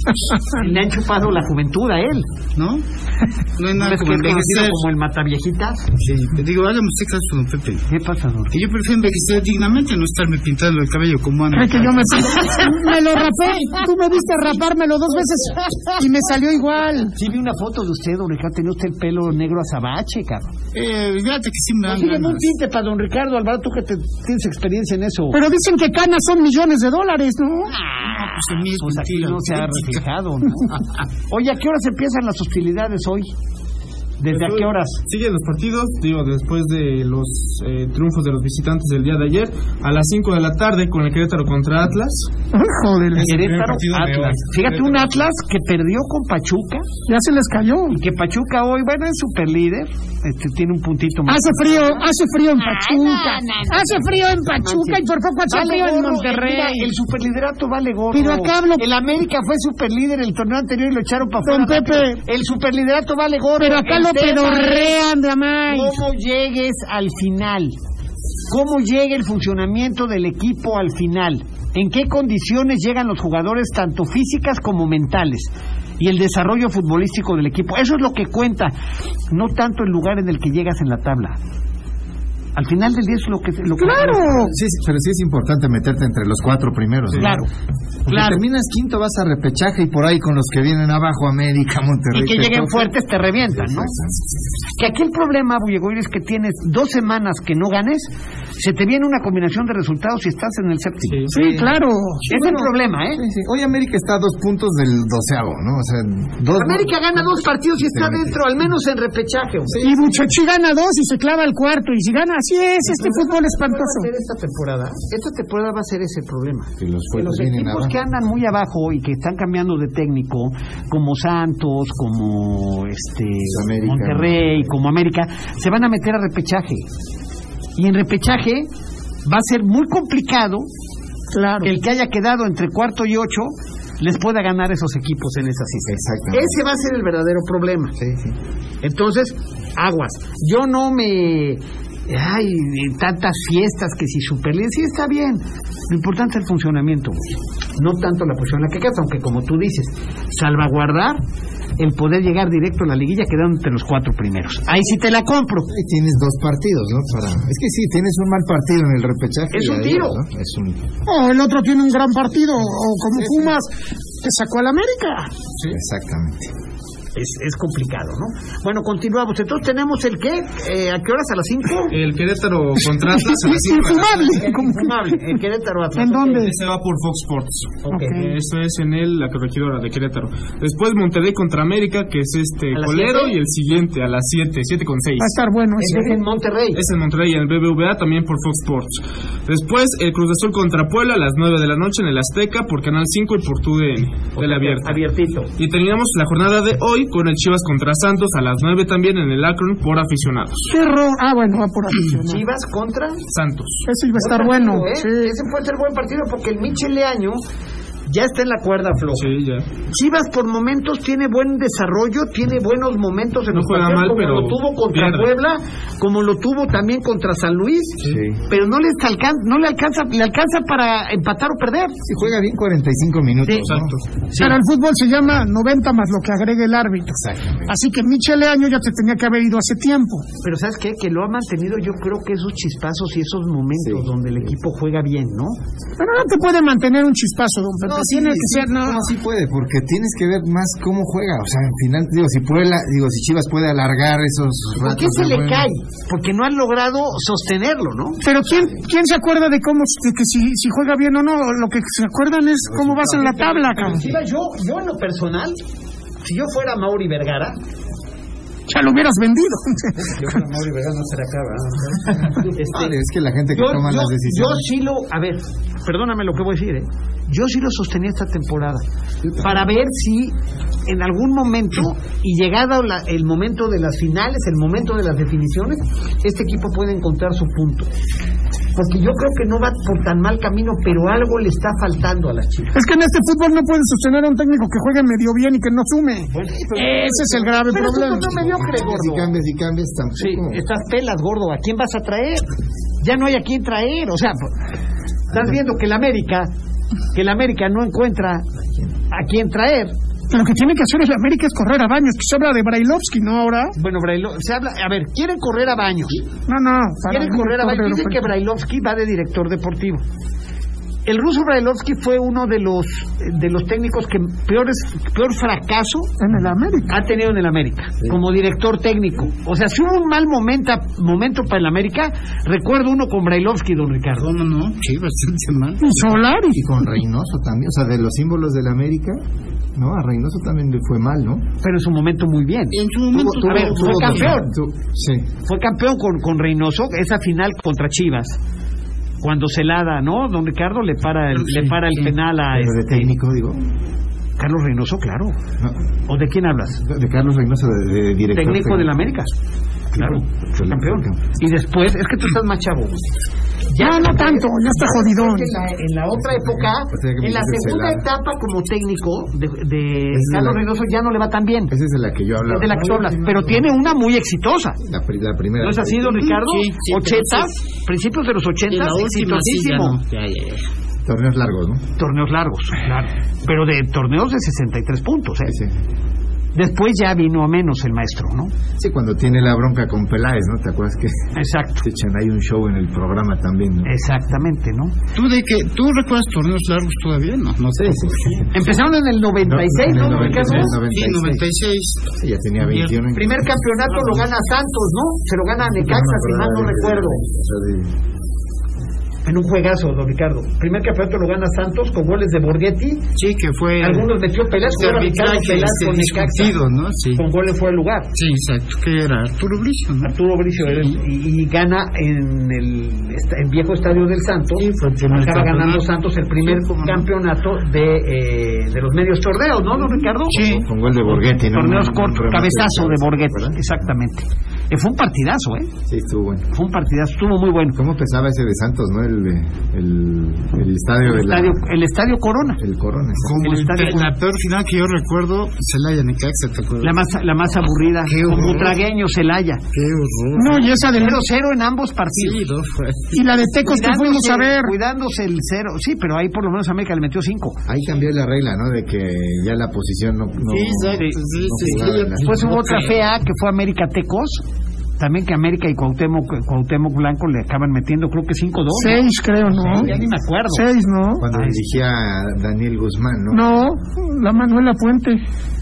a- Le han chupado la juventud a él. ¿No? No hay ¿No nada es como que es conocido envejecer. como el mataviejitas? Sí, te digo, hágame usted caso, don Pepe. ¿Qué pasa, don? Que yo prefiero envejecer dignamente, no estarme pintando el cabello como ano. Ay, que yo me, me lo rapé. Tú me viste rapármelo dos veces y me salió igual. Sí vi una foto de usted, don Ricardo, tenía usted el pelo negro azabache, cabrón. Eh, fíjate que sí me dan Sígueme un ganas. tinte para don Ricardo Alvarado, tú que te, tienes experiencia en eso. Pero dicen que canas son millones de dólares, ¿no? Ah, pues, en mí es pues aquí mentira, no se ha auténtica. reflejado, ¿no? Oye, ¿a qué horas empiezan las hostilidades hoy? ¿Desde a qué horas? Siguen los partidos, digo, después de los eh, triunfos de los visitantes del día de ayer, a las cinco de la tarde con el Querétaro contra Atlas. Ay, joder, Es el primer Querétaro, partido de Atlas. hoy. Fíjate, un Atlas que perdió con Pachuca ya se les cayó. y que Pachuca hoy, bueno, es super líder, este, tiene un puntito más. Hace frío, hace frío en Pachuca. Hace frío en Pachuca y por poco hace Vale frío en gorro, Monterrey. mira, el superliderato vale gorro. Pero acá hablo- El América fue superlíder el torneo anterior y lo echaron para Don afuera. Pepe. El superliderato vale gorro. Pero acá El lo tema pedorrean de es más. ¿Cómo llegues al final? ¿Cómo llega el funcionamiento del equipo al final? ¿En qué condiciones llegan los jugadores, tanto físicas como mentales? Y el desarrollo futbolístico del equipo. Eso es lo que cuenta, no tanto el lugar en el que llegas en la tabla. Al final del día es lo que... Lo que ¡Claro! Sí, sí, pero sí es importante meterte entre los cuatro primeros, ¿no? Claro, Porque claro. terminas quinto, vas a repechaje y por ahí con los que vienen abajo, América, Monterrey. Y que te lleguen toca. fuertes te revientan, ¿no? Que aquí el problema, Bullegoir, es que tienes dos semanas que no ganes, se te viene una combinación de resultados y estás en el séptimo. Sí, claro. Es el problema, ¿eh? Sí, sí. Hoy América está a dos puntos del doceavo, ¿no? O sea, dos... América gana dos partidos y está dentro, al menos en repechaje. hombre. Y Buchochi gana dos y se clava al cuarto. Y si gana, así es, este fútbol ¿Qué va a espantoso. ser esta temporada? Esta temporada va a ser ese problema. Que los Que los fuertes vienen equipos abajo. que andan muy abajo y que están cambiando de técnico, como Santos, como este América, Monterrey, como América, se van a meter a repechaje. Y en repechaje va a ser muy complicado Claro. que el que haya quedado entre cuarto y ocho les pueda ganar esos equipos en esa cita. Exactamente. Ese va a ser el verdadero problema. Sí, sí. Entonces, aguas. Yo no me... Ay, de tantas fiestas que si Superliga, sí está bien. Lo importante es el funcionamiento, güey. No tanto la posición en la que quedas, aunque como tú dices, salvaguardar el poder llegar directo a la liguilla quedando entre los cuatro primeros. Ahí sí te la compro. Y tienes dos partidos, ¿no? Para... Es que sí, tienes un mal partido en el repechaje. Es y un ahí, tiro. ¿no? Es un... O el otro tiene un gran partido. O como Pumas, que sacó al América. Exactamente. es, es complicado, ¿no? Bueno, continuamos. Entonces tenemos el qué, eh, ¿a qué horas? ¿A las cinco? El Querétaro contra Atlas a las cinco. Infumable. Infumable. El Querétaro Atlas. ¿En dónde? Se va por Fox Sports. Okay. Okay. Eso es en el, la corregidora de Querétaro. Después Monterrey contra América, que es este Colero, y el siguiente a las siete, siete con seis. Va a estar bueno. Es en Monterrey. Es en Monterrey, en el B B V A, también por Fox Sports. Después el Cruz Azul contra Puebla a las nueve de la noche en el Azteca por Canal cinco y por T U D N, tele abierta. Abiertito. Y terminamos la jornada de hoy con el Chivas contra Santos a las nueve también en el Akron por aficionados. ¡Qué error! Ah, bueno, va por aficionados. Chivas contra Santos. Eso iba a estar buen bueno. partido, ¿eh? Sí. Ese puede ser buen partido porque el Michel Leaño ya está en la cuerda floja. Sí, ya. Chivas por momentos tiene buen desarrollo, tiene buenos momentos en no los juega partidos, mal, como pero lo tuvo contra pierde. Puebla, como lo tuvo también contra San Luis, Sí. pero no les alcanza, no le alcanza, le alcanza para empatar o perder. Si juega bien cuarenta y cinco minutos, Sí. ¿no? Sí. Pero el fútbol se llama noventa más lo que agregue el árbitro. Exactamente. Así que Michel Leaño ya te tenía que haber ido hace tiempo. Pero ¿sabes qué? Que lo ha mantenido, yo creo que esos chispazos y esos momentos Sí. donde el equipo juega bien, ¿no? Pero no te puede mantener un chispazo, don Pepe. No, sí, Tiene que sí, ser, no. no, sí puede, porque tienes que ver más cómo juega. O sea, al final, digo, si Puebla, digo, si Chivas puede alargar esos ¿Por qué ratos se de le buen- cae? Porque no han logrado sostenerlo, ¿no? Pero ¿quién, quién se acuerda de cómo, de que si, si juega bien o no? Lo que se acuerdan es cómo vas en la tabla, cabrón. Chivas, yo, yo en lo personal, si yo fuera Mauri Vergara, Ya lo hubieras vendido. yo fuera Mauri Vergara no se le acaba. Este, Vale, es que la gente que yo, toma yo, las yo decisiones. sí lo, a ver, perdóname lo que voy a decir, ¿eh? Yo sí lo sostenía esta temporada para ver si en algún momento y llegado la, el momento de las finales, el momento de las definiciones, este equipo puede encontrar su punto. Porque yo creo que no va por tan mal camino, pero algo le está faltando a las Chivas. Es que en este fútbol no puedes sostener a un técnico que juegue medio bien y que no sume. Bueno, pero- Ese es el grave pero problema. eso no me dio Si gordo. cambias y cambias, tampoco. Sí, estas pelas, gordo, ¿a quién vas a traer? Ya no hay a quién traer, o sea, estás viendo que el América, que el América no encuentra a quién traer. Lo que tiene que hacer el América es correr a Baños, que se habla de Brailovsky, ¿no ahora? Bueno, Brailo, se habla, a ver, quieren correr a Baños, No, no. para quieren el correr a director Baños, de dicen que aeropuerto. Brailovsky va de director deportivo. El ruso Brailovsky fue uno de los de los técnicos que peores, peor fracaso En el América. ha tenido en el América, como director técnico. O sea, si hubo un mal momento, momento para el América, recuerdo uno con Brailovsky, don Ricardo. ¿Cómo no? Sí, bastante mal. Y Solari. Y con Reynoso también, o sea, de los símbolos del América, ¿no? A Reynoso también le fue mal, ¿no? Pero en su momento muy bien. En su momento, a ver, fue Tuvo- campeón. tu- Sí. Fue campeón con, con Reynoso, esa final contra Chivas. Cuando Celada, ¿no? Don Ricardo le para el, Sí, le para el sí. penal a Pero de este, técnico, digo. Carlos Reynoso, claro. No, ¿O de quién hablas? de Carlos Reynoso, de, de director. Técnico del América. Claro, fue campeón. Y después, es que tú estás más chavo. No, no tanto, ya está jodidón. En la, en la otra época, O sea, que me en la dices segunda Celada. etapa como técnico de, de es Carlos la- Reynoso ya no le va tan bien. Esa es de la que yo hablaba. Es de la que tú hablas, pero tiene una muy exitosa. La, pri- la primera. ¿No es así, don Ricardo? Sí, sí, ochentas, pero principios de los En ochentas, la última sí ya exitosísimo. no. Ya, ya, ya. Torneos largos, ¿no? Torneos largos, claro. Pero de torneos de sesenta y tres puntos, ¿eh? Sí, sí. Después ya vino a menos el maestro, ¿no? Sí, cuando tiene la bronca con Peláez, ¿no? ¿Te acuerdas que Exacto. se echan ahí un show en el programa también, ¿no? Exactamente, ¿no? ¿Tú de qué? ¿Tú recuerdas torneos largos todavía? No, no sé. Sí, sí. Empezaron en el noventa y seis, No, ¿no, en el Ricardo? noventa y seis, Sí, noventa y seis. Sí, ya tenía veintiuno años. Primer campeonato lo gana Santos, ¿no? Se lo gana a Necaxa, si mal no recuerdo. O sea, de- En un juegazo, don Ricardo. Primer campeonato lo gana Santos con goles de Borghetti. Sí, que fue. Algunos metió Peláez, Este jugaba Ricardo arbitraje Peláez este con Necaxa. discutido, ¿no? Sí. Con goles fuera de lugar. Sí, exacto. Que era Arturo Bricio, ¿no? Arturo Bricio era el- y, y gana en el, esta- el viejo estadio del Santos. Sí, fue el primer Acaba ganando campeonato. Santos el primer Sí, cómo no. campeonato de, eh, de los medios torneos, ¿no, don Ricardo? Sí. Con gol de Borghetti, ¿no? Torneos Un- un cortos, remate cabezazo de Borghetti, ¿verdad? exactamente. Eh, fue un partidazo, ¿eh? Sí, estuvo bueno. Fue un partidazo, estuvo muy bueno. ¿Cómo pesaba ese de Santos, no? El, el, el estadio de El la... estadio, el estadio Corona. El Corona. Como El el estadio- pe- la peor final que yo recuerdo, Celaya Necaxa, ¿te acuerdas? La más, la más aburrida, Qué con horror. Butragueño, Celaya. Qué horror. No, y esa del... cero cero en ambos partidos. Sí, no fue. Y la de Tecos que fuimos a ver. Cuidándose el cero. Sí, pero ahí por lo menos América le metió cinco. Ahí cambió la regla, ¿no? De que ya la posición no... no Sí, exacto. Sí, no sí, jugaba sí. en la- Después hubo Ok. otra fea que fue América Tecos. También que América y Cuauhtémoc, Cuauhtémoc Blanco le acaban metiendo, creo que cinco dos. Seis, creo, ¿no? Ya ni me acuerdo. Seis, ¿no? Cuando Ay, dirigía a Daniel Guzmán, ¿no? No, la Manuela Puente.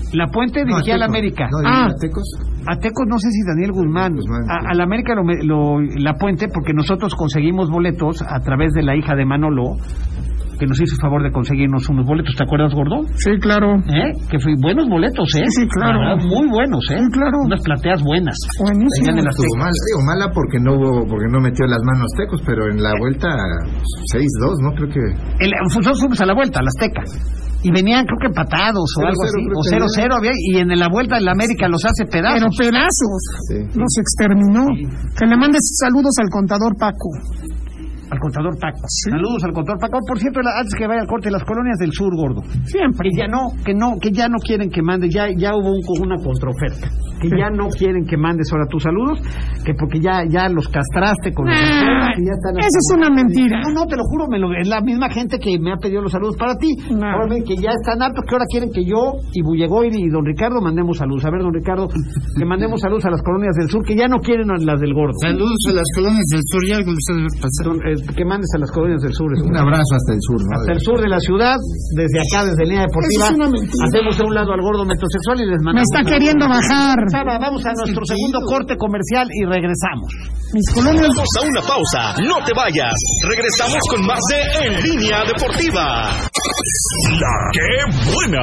La Puente dirigía no, a la América. No, ah, ¿a Tecos? A Tecos no sé si Daniel Guzmán. Guzmán a, a la América lo, lo, La Puente, porque nosotros conseguimos boletos a través de la hija de Manolo, que nos hizo el favor de conseguirnos unos boletos, ¿te acuerdas, gordo? Sí, claro. ¿Eh? Que fue buenos boletos, ¿eh? Sí, claro. Verdad, muy buenos, ¿eh? Sí, claro. Unas plateas buenas. Buenísimo. Estuvo mal, digo, mala porque no hubo, porque no metió las manos Tecos, pero en la vuelta seis dos, ¿no? Creo que... El, nosotros fuimos a la vuelta, a la Azteca. Y venían, creo que empatados o algo así, o cero cero, y en la vuelta en la América los hace pedazos. Pero pedazos. Sí. Los exterminó. Sí. Que le mandes saludos al contador Paco. Al contador Paco. ¿Sí? Saludos al contador Paco. Por cierto, antes que vaya al corte, las colonias del sur, gordo. Siempre. Que ya no, que no, que ya no quieren que mande, ya, ya hubo un, una contraoferta. Que sí. Ya no quieren que mandes ahora tus saludos, que porque ya, ya los castraste con los ah, que ya están. Eso es una mentira. No, no, te lo juro, me lo, es la misma gente que me ha pedido los saludos para ti. No. Ahora ven que ya están hartos, que ahora quieren que yo y Bullegoy y don Ricardo mandemos saludos. A ver, don Ricardo, que mandemos saludos a las colonias del sur, que ya no quieren a las del gordo. Saludos a las colonias del sur, ya algo ustedes pasaron. Eh, que mandes a las colonias del sur. Un abrazo hasta el sur, ¿no? Hasta el sur de la ciudad, desde acá, desde Línea Deportiva. Es una mentira. Hacemos a un lado al gordo metrosexual y les mandamos. Me está queriendo bajar. Vamos a nuestro segundo corte comercial y regresamos. Mis colonias. Vamos a una pausa, no te vayas. Regresamos con más de En Línea Deportiva. La que buena.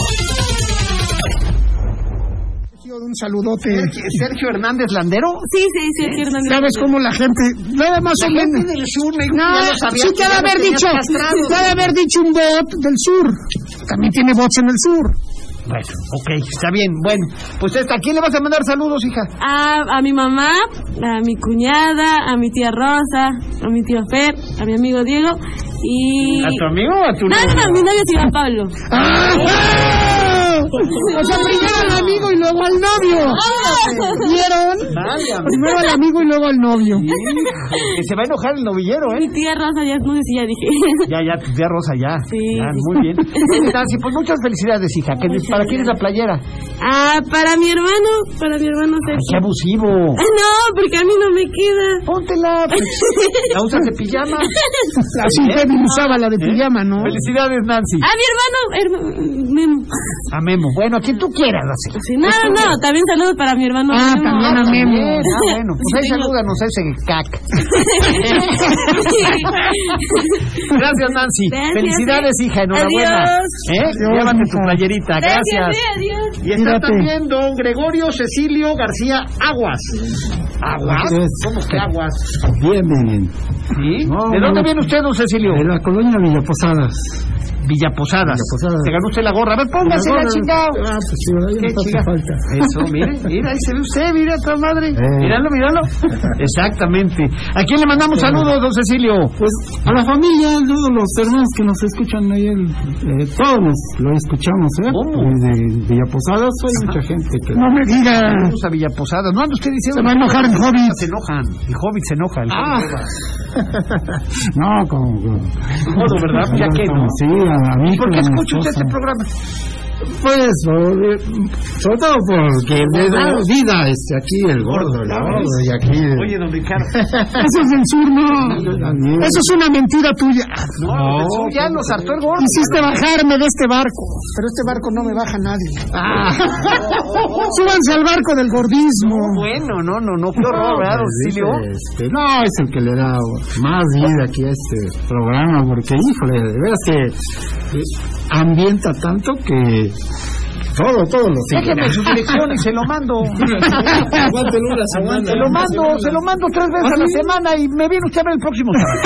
Un saludote. Sergio Hernández Landero. Sí, sí, Sergio Hernández. ¿Sabes cómo la gente, nada más la o menos del sur, me no, sí te debe haber dicho, te debe haber dicho un bot del sur. También tiene bots en el sur. Bueno, ok, está bien. Bueno, pues ¿a quién le vas a mandar saludos, hija? A, a mi mamá, a mi cuñada, a mi tía Rosa, a mi tío Fer, a mi amigo Diego y... ¿A tu amigo o a tu no, novio? No, no, mi novio se llama Pablo. ¡Ah! O sea, primero al amigo y luego al novio. ¿Vieron? Válgame. Primero al amigo y luego al novio. Que se va a enojar el novillero, ¿eh? Mi tía Rosa, ya no sé si ya dije. Ya, ya, tu tía Rosa, ya. Sí. Ya, muy bien. Nancy, pues muchas felicidades, hija. Que, ¿para quién es la playera? Ah, para mi hermano, para mi hermano Sergio. Ay, qué abusivo. Ah, no, porque a mí no me queda. Póntela. Pues, la usas de pijama. Así que ¿Eh? usaba la de pijama, ¿no? Felicidades, Nancy. A mi hermano, hermano Memo. A Memo. Bueno, a quien tú quieras, así. Sí, no, no, también saludos para mi hermano ah, Memo. También a Memo. Ah, bueno, pues ahí salúdanos a ese cac. Gracias, Nancy. Gracias, Felicidades, eh. hija, enhorabuena. Adiós. ¿Eh? Adiós, Llévate hija. tu playerita. Gracias. Gracias, eh, adiós. Y está Mírate. también don Gregorio Cecilio García Aguas. ¿Aguas? ¿Cómo que Aguas? Bien, bien. ¿Sí? No, ¿De dónde no. viene usted, don Cecilio? De la colonia Villaposadas. Villaposadas. Villaposadas. ¿Te ganó usted la gorra? A ver, póngase la chingada. Ah, pues sí, ¿verdad? Ya ¿Qué no hace chica? falta. Eso, mire, mira, ahí se ve usted, mira, toda madre. Eh. Míralo, míralo. Exactamente. ¿A quién le mandamos saludos, don Cecilio? Pues a la familia, todos los hermanos que nos escuchan ahí, el, eh, todos nos lo escuchamos, ¿eh? ¿Cómo? De Villaposadas hay mucha gente que... No me diga. Vamos a Villaposadas. No anda usted diciendo. Se va a enojar el Hobbit. Se enojan. El Hobbit se enoja. El Ah. No, como... como Todo, ¿verdad? Ya que no. Sí, a mí. ¿Por qué con mi escucha usted esposa. este programa? Pues, sobre, sobre todo porque le da vida este, aquí el gordo, el gordo, y aquí... Oye, don Ricardo. Eso es del sur, no. Eso es una mentira tuya. No, no, ya nos hartó el gordo. Hiciste bajarme de este barco. Pero este barco no me baja nadie. Ah. Súbanse al barco del gordismo. Bueno, no, no, no, qué horror, ¿verdad, don Cecilio? Este, no, es el que le da más vida aquí a este programa, porque, híjole, de veras que eh, ambienta tanto que todo, todo lo sigue. Déjeme su dirección y se lo mando. Aguántelo una semana. Se lo mando, se lo mando tres veces a la semana y me viene usted a ver el próximo sábado.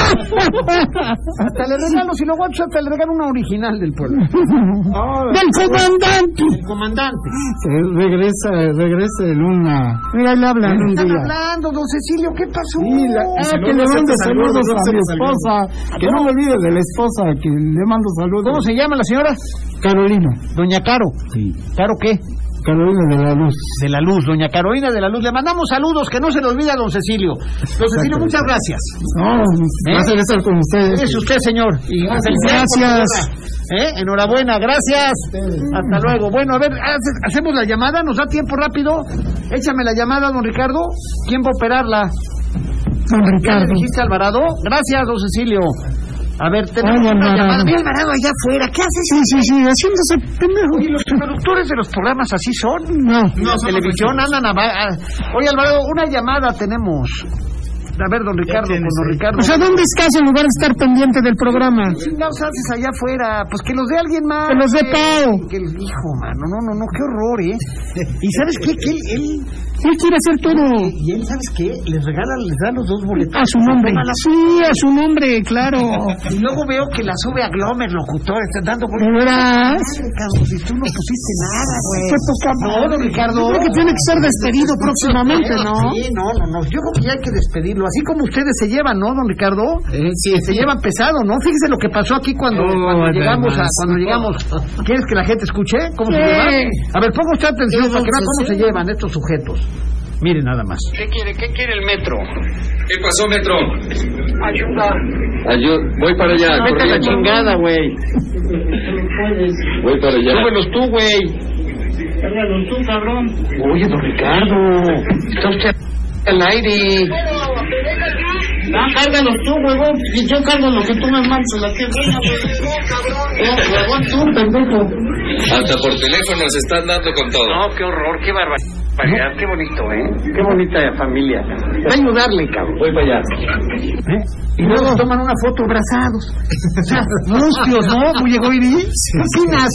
Hasta le regalo, si lo aguanto, hasta le regalo una original del pueblo. ¡Del comandante! El comandante. Eh, regresa, regresa en una... Mira, le hablan. en un Están día. hablando, don Cecilio, ¿qué pasó? Sí, la- ah, que le mando saludos a mi esposa. Que no me olvide de la esposa, que le mando saludos. ¿Cómo se llama la señora? Carolina. Doña Caro. Sí. ¿Caro qué? Carolina de la Luz. De la Luz, doña Carolina de la Luz. Le mandamos saludos, que no se le olvide a don Cecilio. Don Cecilio, muchas gracias. No, ¿Eh? placer estar con ustedes. Es usted, señor. Y felicidades por Gracias. su boda. ¿Eh? Enhorabuena, gracias. Hasta luego. Bueno, a ver, hace- hacemos la llamada, nos da tiempo rápido. Échame la llamada, don Ricardo. ¿Quién va a operarla? Don ¿Ya le Ricardo. dijiste a Alvarado? Gracias, don Cecilio. A ver, tenemos Ay, una Alvarado. llamada. Ve Alvarado allá afuera, ¿qué haces? Sí, sí, sí, haciéndose pendejo. Oye, los productores de los programas así son. No. No, televisión andan a... a- Oye, Alvarado, una llamada tenemos. A ver, don Ricardo, con don Ricardo. O sea, ¿dónde estás en lugar de estar pendiente del programa? ¿Qué chingados haces allá afuera? Pues que los dé alguien más. Que los dé güey. Pau. Que el hijo, mano, no, no, no, qué horror, ¿eh? ¿Y sabes qué? Que él, él, Él quiere hacer todo y él, ¿sabes qué? Les regala, les da los dos boletos. a su nombre. Tómala. Sí, a su nombre, claro. Y luego veo que la sube a Glomer, locutor, está dando ¿De veras? Ricardo, si tú no pusiste nada, güey. Qué poca No, madre. don Ricardo. Creo que tiene que ser despedido próximamente, ¿no? Sí, no, no, no. Yo creo que ya hay que despedirlo. Así como ustedes se llevan, ¿no, don Ricardo? Eh, sí, Se llevan pesado, ¿no? Fíjese lo que pasó aquí cuando, Oh, cuando además. llegamos a, cuando llegamos. ¿Quieres que la gente escuche cómo se Sí. llevan? A ver, ponga usted atención ¿Qué para que vea vamos a cómo se hacer? llevan estos sujetos. Miren nada más. ¿Qué quiere? ¿Qué quiere el metro? ¿Qué pasó, Metro? Ayuda. Ayú- voy para allá. Vete a la corriendo. chingada, güey. Voy para allá. Súbelos tú, güey. Cárgalos tú, cabrón. Oye, don Ricardo. Está usted al aire. No, cárgalos tú, huevón. Si yo cargo lo que tú me mandas, la que buena, huevón, huevón, tú, pendejo. Hasta por teléfono se están dando con todo. No, qué horror, qué barbaridad, qué bonito, ¿eh? Qué bonita familia. Va a ayudarle, cabrón. Voy para allá. ¿Eh? Y luego toman una foto abrazados. O sea, mustios, ¿no? Llegó Iris. ¿Qué opinas?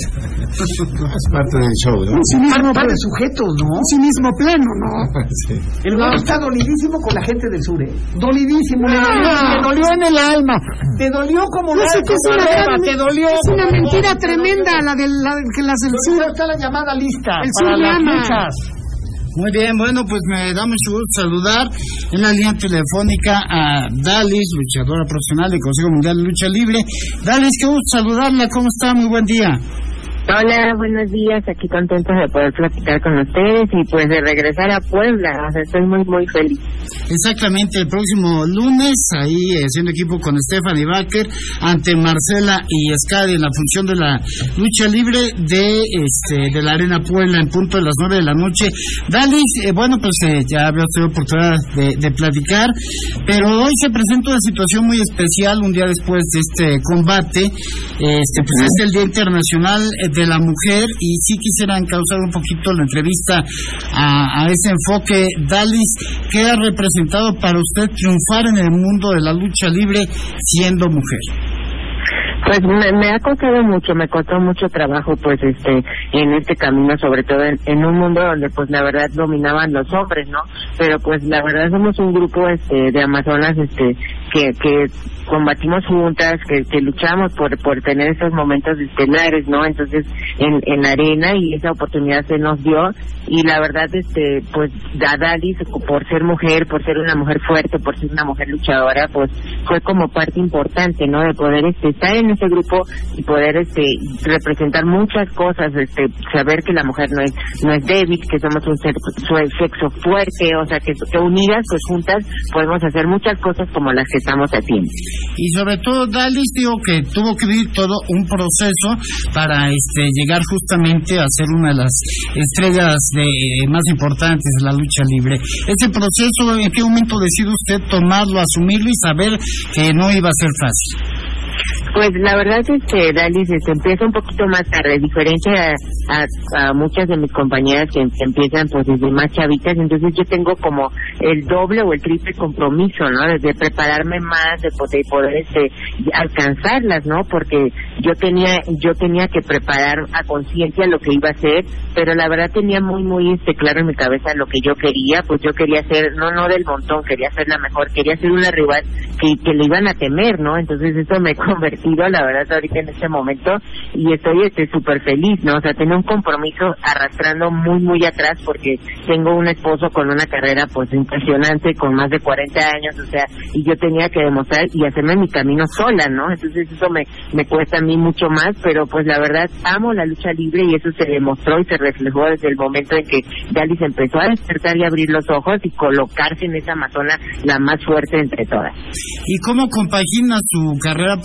Es parte del show, ¿no? Un cinismo, Par de ple- sujetos, ¿no? un cinismo pleno, ¿no? Sí. El güey está dolidísimo con la gente del sur, ¿eh? Dolidísimo. Le dolió, Ah. le dolió en el alma. Te dolió como No la sé qué es como una la gran- Te dolió. Es una como- mentira te tremenda dolió. la de la, que las del Pero sur. está la llamada lista. El para sur las llama. luchas. Muy bien, bueno, pues me da mucho gusto saludar en la línea telefónica a Dalis, luchadora profesional del Consejo Mundial de Lucha Libre. Dalis, qué gusto saludarla, ¿cómo está? Muy buen día. Hola, buenos días, aquí contentos de poder platicar con ustedes y pues de regresar a Puebla, o sea, estoy muy muy feliz. Exactamente, el próximo lunes, ahí eh, haciendo equipo con Stephanie Baker, ante Marcela y Escadi en la función de la lucha libre de este de la Arena Puebla en punto de las nueve de la noche. Dalis, eh, bueno, pues eh, ya había tenido oportunidad de, de platicar, pero hoy se presenta una situación muy especial, un día después de este combate, este pues es el Día Internacional de la Mujer, y sí quisiera encauzar un poquito la entrevista a, a ese enfoque. Dalis, ¿qué ha representado para usted triunfar en el mundo de la lucha libre siendo mujer? Pues me, me ha costado mucho, me costó mucho trabajo, pues, este, en este camino, sobre todo en, en un mundo donde, pues, la verdad dominaban los hombres, ¿no? Pero, pues, la verdad somos un grupo, este, de amazonas, este, que, que combatimos juntas, que, que luchamos por, por tener esos momentos estelares, ¿no? Entonces, en, en la arena, y esa oportunidad se nos dio, y la verdad, este, pues, a Dalis, por ser mujer, por ser una mujer fuerte, por ser una mujer luchadora, pues, fue como parte importante, ¿no? De poder, este, estar en ese grupo y poder, este, representar muchas cosas, este, saber que la mujer no es, no es débil, que somos un ser, sexo fuerte, o sea, que, que unidas, pues, juntas, podemos hacer muchas cosas como las que estamos haciendo. Y sobre todo Dalis, digo que tuvo que vivir todo un proceso para este llegar justamente a ser una de las estrellas de, más importantes de la lucha libre. Ese proceso, ¿en qué momento decide usted tomarlo, asumirlo y saber que no iba a ser fácil? Pues la verdad es que Dalis este, empieza un poquito más tarde, diferente a, a, a muchas de mis compañeras que, que empiezan pues desde más chavitas, entonces yo tengo como el doble o el triple compromiso, ¿no? De, de prepararme más, de poder, poder este, alcanzarlas, ¿no? Porque yo tenía yo tenía que preparar a conciencia lo que iba a hacer, pero la verdad tenía muy muy este claro en mi cabeza lo que yo quería, pues yo quería ser, no no del montón, quería ser la mejor, quería ser una rival que, que le iban a temer, ¿no? Entonces eso me convertido, la verdad, ahorita en este momento, y estoy este súper feliz, ¿no? O sea, tengo un compromiso arrastrando muy, muy atrás, porque tengo un esposo con una carrera, pues, impresionante, con más de cuarenta años, o sea, y yo tenía que demostrar y hacerme mi camino sola, ¿no? Entonces eso me, me cuesta a mí mucho más, pero pues la verdad, amo la lucha libre, y eso se demostró y se reflejó desde el momento en que Dalis empezó a despertar y abrir los ojos y colocarse en esa amazona la más fuerte entre todas. ¿Y cómo compagina su carrera profesional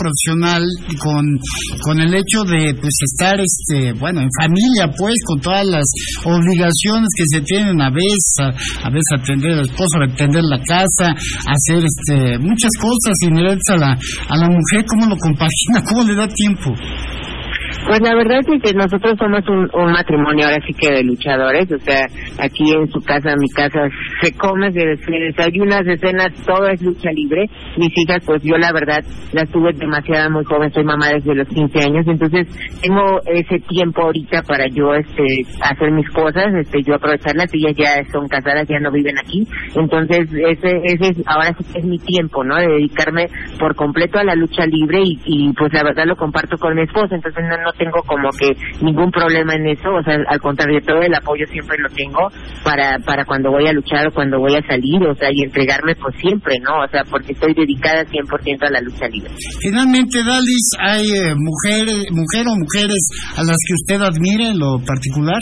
mal con con el hecho de pues estar este bueno en familia, pues con todas las obligaciones que se tienen a veces, a, a veces atender al esposo, atender la casa, hacer este muchas cosas inherentes a la a la mujer. ¿Cómo lo compagina? ¿Cómo le da tiempo? Pues la verdad es que nosotros somos un, un matrimonio ahora sí que de luchadores, o sea, aquí en su casa, en mi casa, se come, se, se desayuna, se cena, todo es lucha libre. Mis hijas, pues yo la verdad las tuve demasiado muy joven, soy mamá desde los quince años, entonces tengo ese tiempo ahorita para yo este hacer mis cosas, este yo aprovecharlas. Ellas ya son casadas, ya no viven aquí, entonces ese ese es, ahora sí que es mi tiempo, ¿no? De dedicarme por completo a la lucha libre y, y pues la verdad lo comparto con mi esposa, entonces no, no tengo como que ningún problema en eso, o sea, al contrario, todo el apoyo siempre lo tengo para para cuando voy a luchar o cuando voy a salir, o sea, y entregarme pues siempre, ¿no? O sea, porque estoy dedicada cien por ciento a la lucha libre. Finalmente, Dalis, ¿hay eh, mujeres, mujer o mujeres a las que usted admire en lo particular?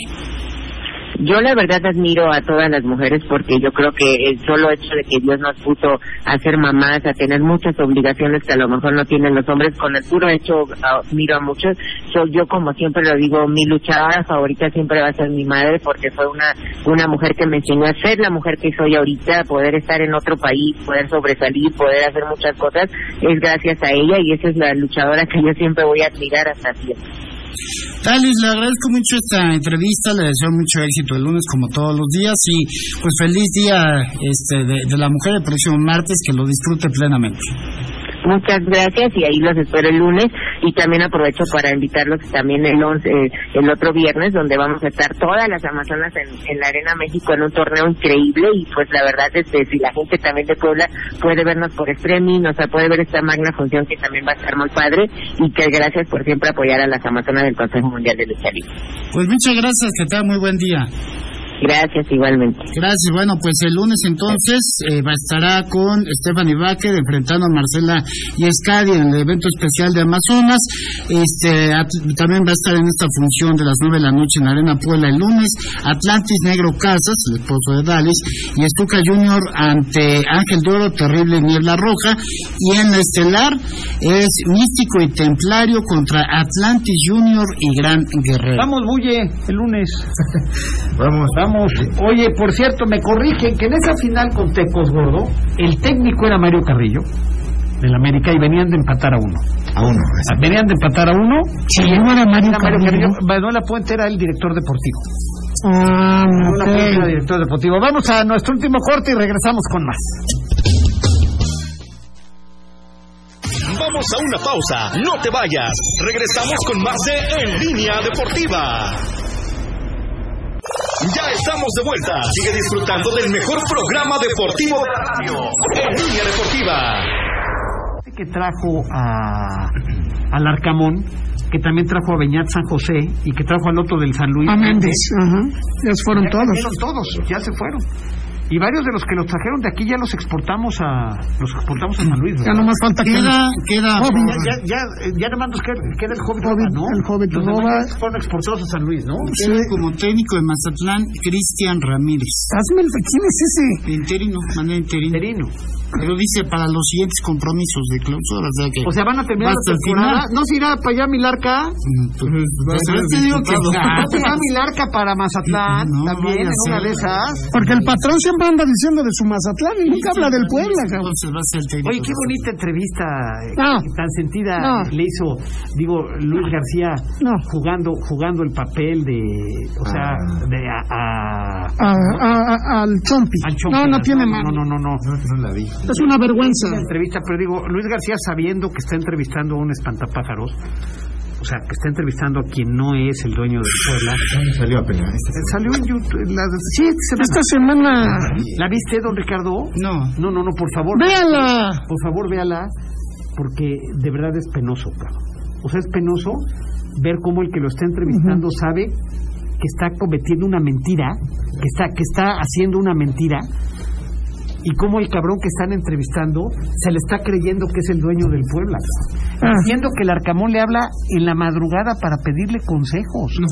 Yo la verdad admiro a todas las mujeres porque yo creo que el solo hecho de que Dios nos puso a ser mamás, a tener muchas obligaciones que a lo mejor no tienen los hombres, con el puro hecho admiro a muchos. So, yo como siempre lo digo, mi luchadora favorita siempre va a ser mi madre porque fue una una mujer que me enseñó a ser la mujer que soy ahorita, poder estar en otro país, poder sobresalir, poder hacer muchas cosas, es gracias a ella y esa es la luchadora que yo siempre voy a admirar hasta siempre. Dalis, le agradezco mucho esta entrevista, le deseo mucho éxito el lunes como todos los días y pues feliz día este de, de la mujer el próximo martes, que lo disfrute plenamente. Muchas gracias y ahí los espero el lunes y también aprovecho para invitarlos también el once, eh, el otro viernes donde vamos a estar todas las amazonas en, en la Arena México en un torneo increíble y pues la verdad es que si la gente también de Puebla puede vernos por streaming, o sea puede ver esta magna función que también va a estar muy padre y que gracias por siempre apoyar a las amazonas del Consejo Mundial de Lucha Libre. Pues muchas gracias, que tenga muy buen día. Gracias, igualmente. Gracias. Bueno, pues el lunes entonces eh, va, estará con Stephanie Baker enfrentando a Marcela Yescadi en el evento especial de Amazonas. Este at, también va a estar en esta función de las nueve de la noche en la Arena Puebla el lunes Atlantis Negro Casas, el esposo de Dalis, y Estuca Junior ante Ángel de Oro, Terrible Niebla Roja, y en la estelar es Místico y Templario contra Atlantis Junior y Gran Guerrero. Vamos, Bulle, el lunes. Vamos, vamos. Oye, por cierto, me corrigen que en esa final con Tecos, Gordo, el técnico era Mario Carrillo, del América, y venían de empatar a uno. A uno. Ah, venían de empatar a uno. Sí, y no era Mario, era Mario Carrillo. Carrillo. Manuel Lapuente era el director deportivo. Ah, Manuel okay. Lapuente era director deportivo. Vamos a nuestro último corte y regresamos con más. Vamos a una pausa, no te vayas. Regresamos con más de En Línea Deportiva. Ya estamos de vuelta. Sigue disfrutando del mejor programa deportivo de la radio, En Línea Deportiva. Que trajo a al Arcamón, que también trajo a Beñat San José y que trajo al otro del San Luis. A Méndez, ajá. Ya se fueron ya todos. Ya todos, ya se fueron. Y varios de los que los trajeron de aquí ya los exportamos a los exportamos a San Luis, ¿verdad? Ya nomás falta que queda queda Hobbit. Ya ya ya nada más nos queda, queda el Hobbit, Hobbit, ¿no? El Hobbit los Nova. fueron exportados a San Luis, ¿no? Queda sí. Como técnico de Mazatlán Cristian Ramírez. Hazme el, ¿quién es ese? Interino, manda interino. Interino. Pero dice para los siguientes compromisos de clausura, o sea que o sea, van a terminar la temporada. ¿No se irá para allá Milarca? Pues, pues, te digo que no se va Milarca para Mazatlán, no, también en una de esas. Porque el patrón siempre anda diciendo de su Mazatlán y nunca habla del Puebla. Oye, qué bonita entrevista no. tan sentida no. le hizo, digo, Luis García no. jugando jugando el papel de, o sea, de a, a, a, a, a al Chompi. Al Chompi. No, no tiene no, mano. No, no, no, no, no la vi. Es una vergüenza. Una entrevista, pero digo, Luis García sabiendo que está entrevistando a un espantapájaros, o sea, que está entrevistando a quien no es el dueño del Puebla. Salió apenas. Salió en YouTube. La, sí, esta semana. ¿La viste, don Ricardo? No. No, no, no, por favor. Véala. Por favor, véala, porque de verdad es penoso, cabrón. O sea, es penoso ver cómo el que lo está entrevistando uh-huh. sabe que está cometiendo una mentira, que está, que está haciendo una mentira. y cómo el cabrón que están entrevistando se le está creyendo que es el dueño del Puebla, ah. diciendo que el Arcamón le habla en la madrugada para pedirle consejos. No.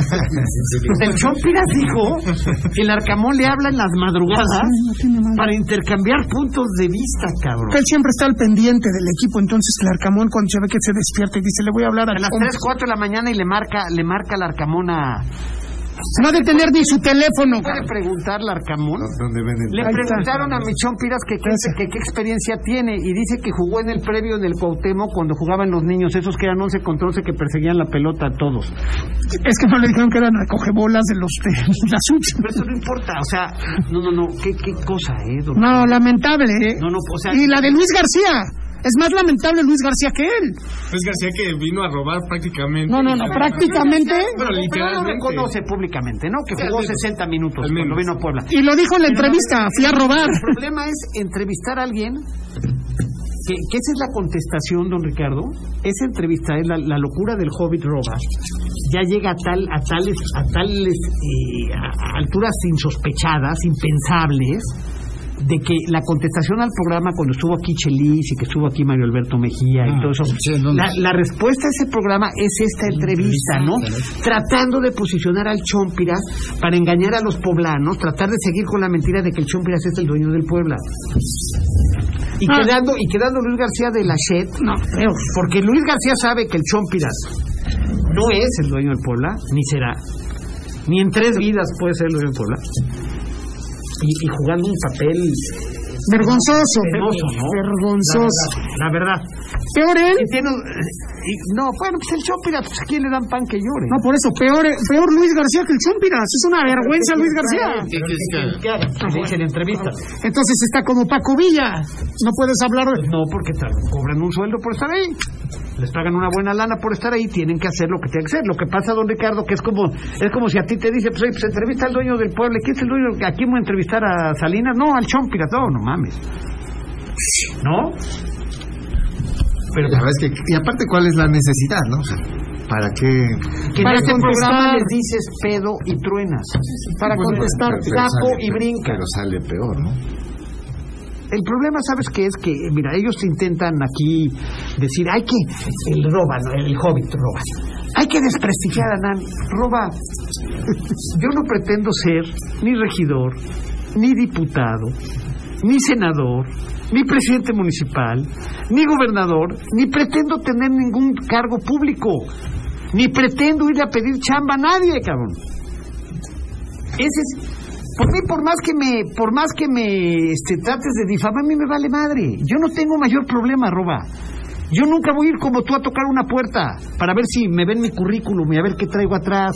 El Chompiras dijo que el Arcamón le habla en las madrugadas no para intercambiar puntos de vista, cabrón. Él siempre está al pendiente del equipo, entonces el Arcamón cuando se ve que se despierta y dice, le voy a hablar a, a las tres, cuatro de la mañana y le marca, le marca al Arcamón a... No ha de tener ni su teléfono. ¿Puede preguntarle al Arcamón? ¿Dónde venden? Le preguntaron a mi Chompiras que qué experiencia tiene y dice que jugó en el previo en el Cuauhtémoc cuando jugaban los niños, esos que eran once contra once que perseguían la pelota a todos. Es que no le dijeron que eran recogebolas de los de las últimas. Pero eso no importa, o sea, no, no, no, qué, qué cosa, ¿eh? Don no, lamentable, ¿eh? No, no, o sea... Y la de Luis García. Es más lamentable Luis García que él. Luis García que vino a robar prácticamente. No, no, no, prácticamente. Pero literalmente. Pero lo reconoce públicamente, ¿no? Que jugó sesenta minutos cuando vino a Puebla. Y lo dijo en la entrevista, fui a robar. El problema es entrevistar a alguien, que, que esa es la contestación, don Ricardo. Esa entrevista es la, la locura del Hobbit roba. Ya llega a tal a tales, a tales eh, a alturas insospechadas, impensables, de que la contestación al programa cuando estuvo aquí Chelis y que estuvo aquí Mario Alberto Mejía ah, y todo eso, sí, no, la, la respuesta a ese programa es esta entrevista, ¿no? Tratando de posicionar al Chompiras para engañar a los poblanos, tratar de seguir con la mentira de que el Chompiras es el dueño del Puebla. Y ah. quedando y quedando Luis García de la Shed, no, porque Luis García sabe que el Chompiras no es el dueño del Puebla, ni será, ni en tres vidas puede ser el dueño del Puebla. Y, y jugando un papel vergonzoso, penoso, ¿no? Vergonzoso. La verdad. La verdad. Peor él. Y tiene, y, no, bueno, pues el Chompiras, pues, ¿a quién le dan pan que llore? No, por eso, peor peor Luis García que el Chompiras. Es una vergüenza Luis García. ¿Qué haga? Le dicen en entrevistas. Entonces está como Paco Villa. No puedes hablar de... No, porque cobran un sueldo por estar ahí. Les pagan una buena lana por estar ahí, tienen que hacer lo que tienen que hacer. Lo que pasa, don Ricardo, que es como es como si a ti te dice, pues, oye, pues entrevista al dueño del pueblo. ¿Quién es el dueño? ¿A quién voy a entrevistar? ¿A Salinas? No, al Chompiras. No, no mames. ¿No? Pero la verdad es que, y aparte, ¿cuál es la necesidad, no? ¿Para qué? Que para en este contestar. programa les dices pedo y truenas. Para bueno, contestar, capo y brinca. Pero sale peor, ¿no? El problema, ¿sabes qué es? Que, mira, ellos intentan aquí decir, hay que, el roba, ¿no? El Hobbit roba. Hay que desprestigiar a Nan. Roba. Yo no pretendo ser ni regidor, ni diputado, ni senador, ni presidente municipal, ni gobernador, ni pretendo tener ningún cargo público, ni pretendo ir a pedir chamba a nadie, cabrón. Ese es... Por mí, por más que me, por más que me este, trates de difamar, a mí me vale madre. Yo no tengo mayor problema, Roba. Yo nunca voy a ir como tú a tocar una puerta para ver si me ven mi currículum y a ver qué traigo atrás.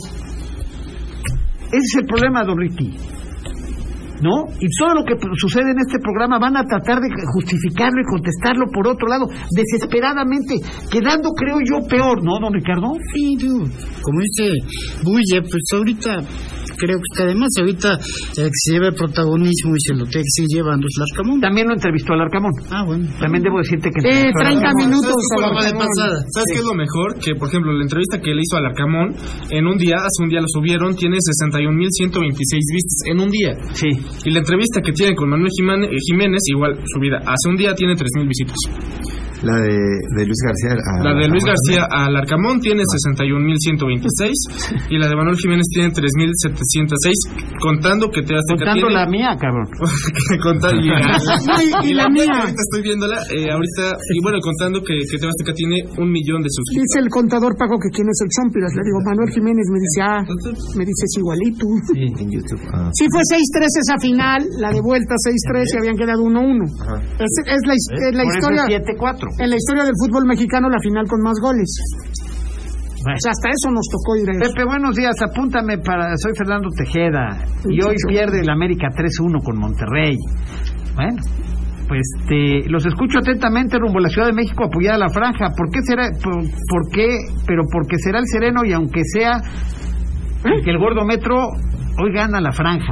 Ese es el problema, don Ricky. ¿No? Y todo lo que sucede en este programa van a tratar de justificarlo y contestarlo por otro lado, desesperadamente, quedando, creo yo, peor, ¿no, don Ricardo? Sí, tú, como dice Bulle, pues ahorita creo que además ahorita el que se lleva el protagonismo y se lo tiene que seguir llevando es el Arcamón. También lo entrevistó al Arcamón. Ah, bueno. También debo decirte que... Eh, treinta minutos a la pasada. ¿Sabes qué es lo mejor? Que, por ejemplo, la entrevista que le hizo al Arcamón, en un día, hace un día lo subieron, tiene sesenta y un mil ciento veintiséis vistas en un día. Sí. Y la entrevista que tiene con Manuel Jiménez, Jiménez igual subida, hace un día tiene tres mil visitas. La de, de Luis García a La de Luis García al Arcamón tiene sesenta y un mil ciento veintiséis y la de Manuel Jiménez tiene tres mil setecientos seis, contando que te hace contando tiene... la mía, cabrón. contando, y, y, y la, la mía. Ahorita estoy viéndola, eh, ahorita, y bueno, contando que, que Te Azteca tiene un millón de suscriptores. Dice el contador Paco que quién es el Chompiras. Le digo, Manuel Jiménez. Me dice, ah, me dice, es igualito. Sí, en YouTube. Ah. Sí, fue seis tres esa final, la de vuelta seis tres y habían quedado uno uno. Es, es la, es la historia. siete cuatro. En la historia del fútbol mexicano, la final con más goles. Bueno. O sea, hasta eso nos tocó ir a eso. Pepe, buenos días, apúntame para... Soy Fernando Tejeda y hoy pierde el América tres uno con Monterrey. Bueno, pues este, los escucho atentamente rumbo a la Ciudad de México a apoyar a la franja. ¿Por qué será? Por, ¿por qué? Pero porque será el sereno y aunque sea ¿Eh? que el gordo metro hoy gana la franja.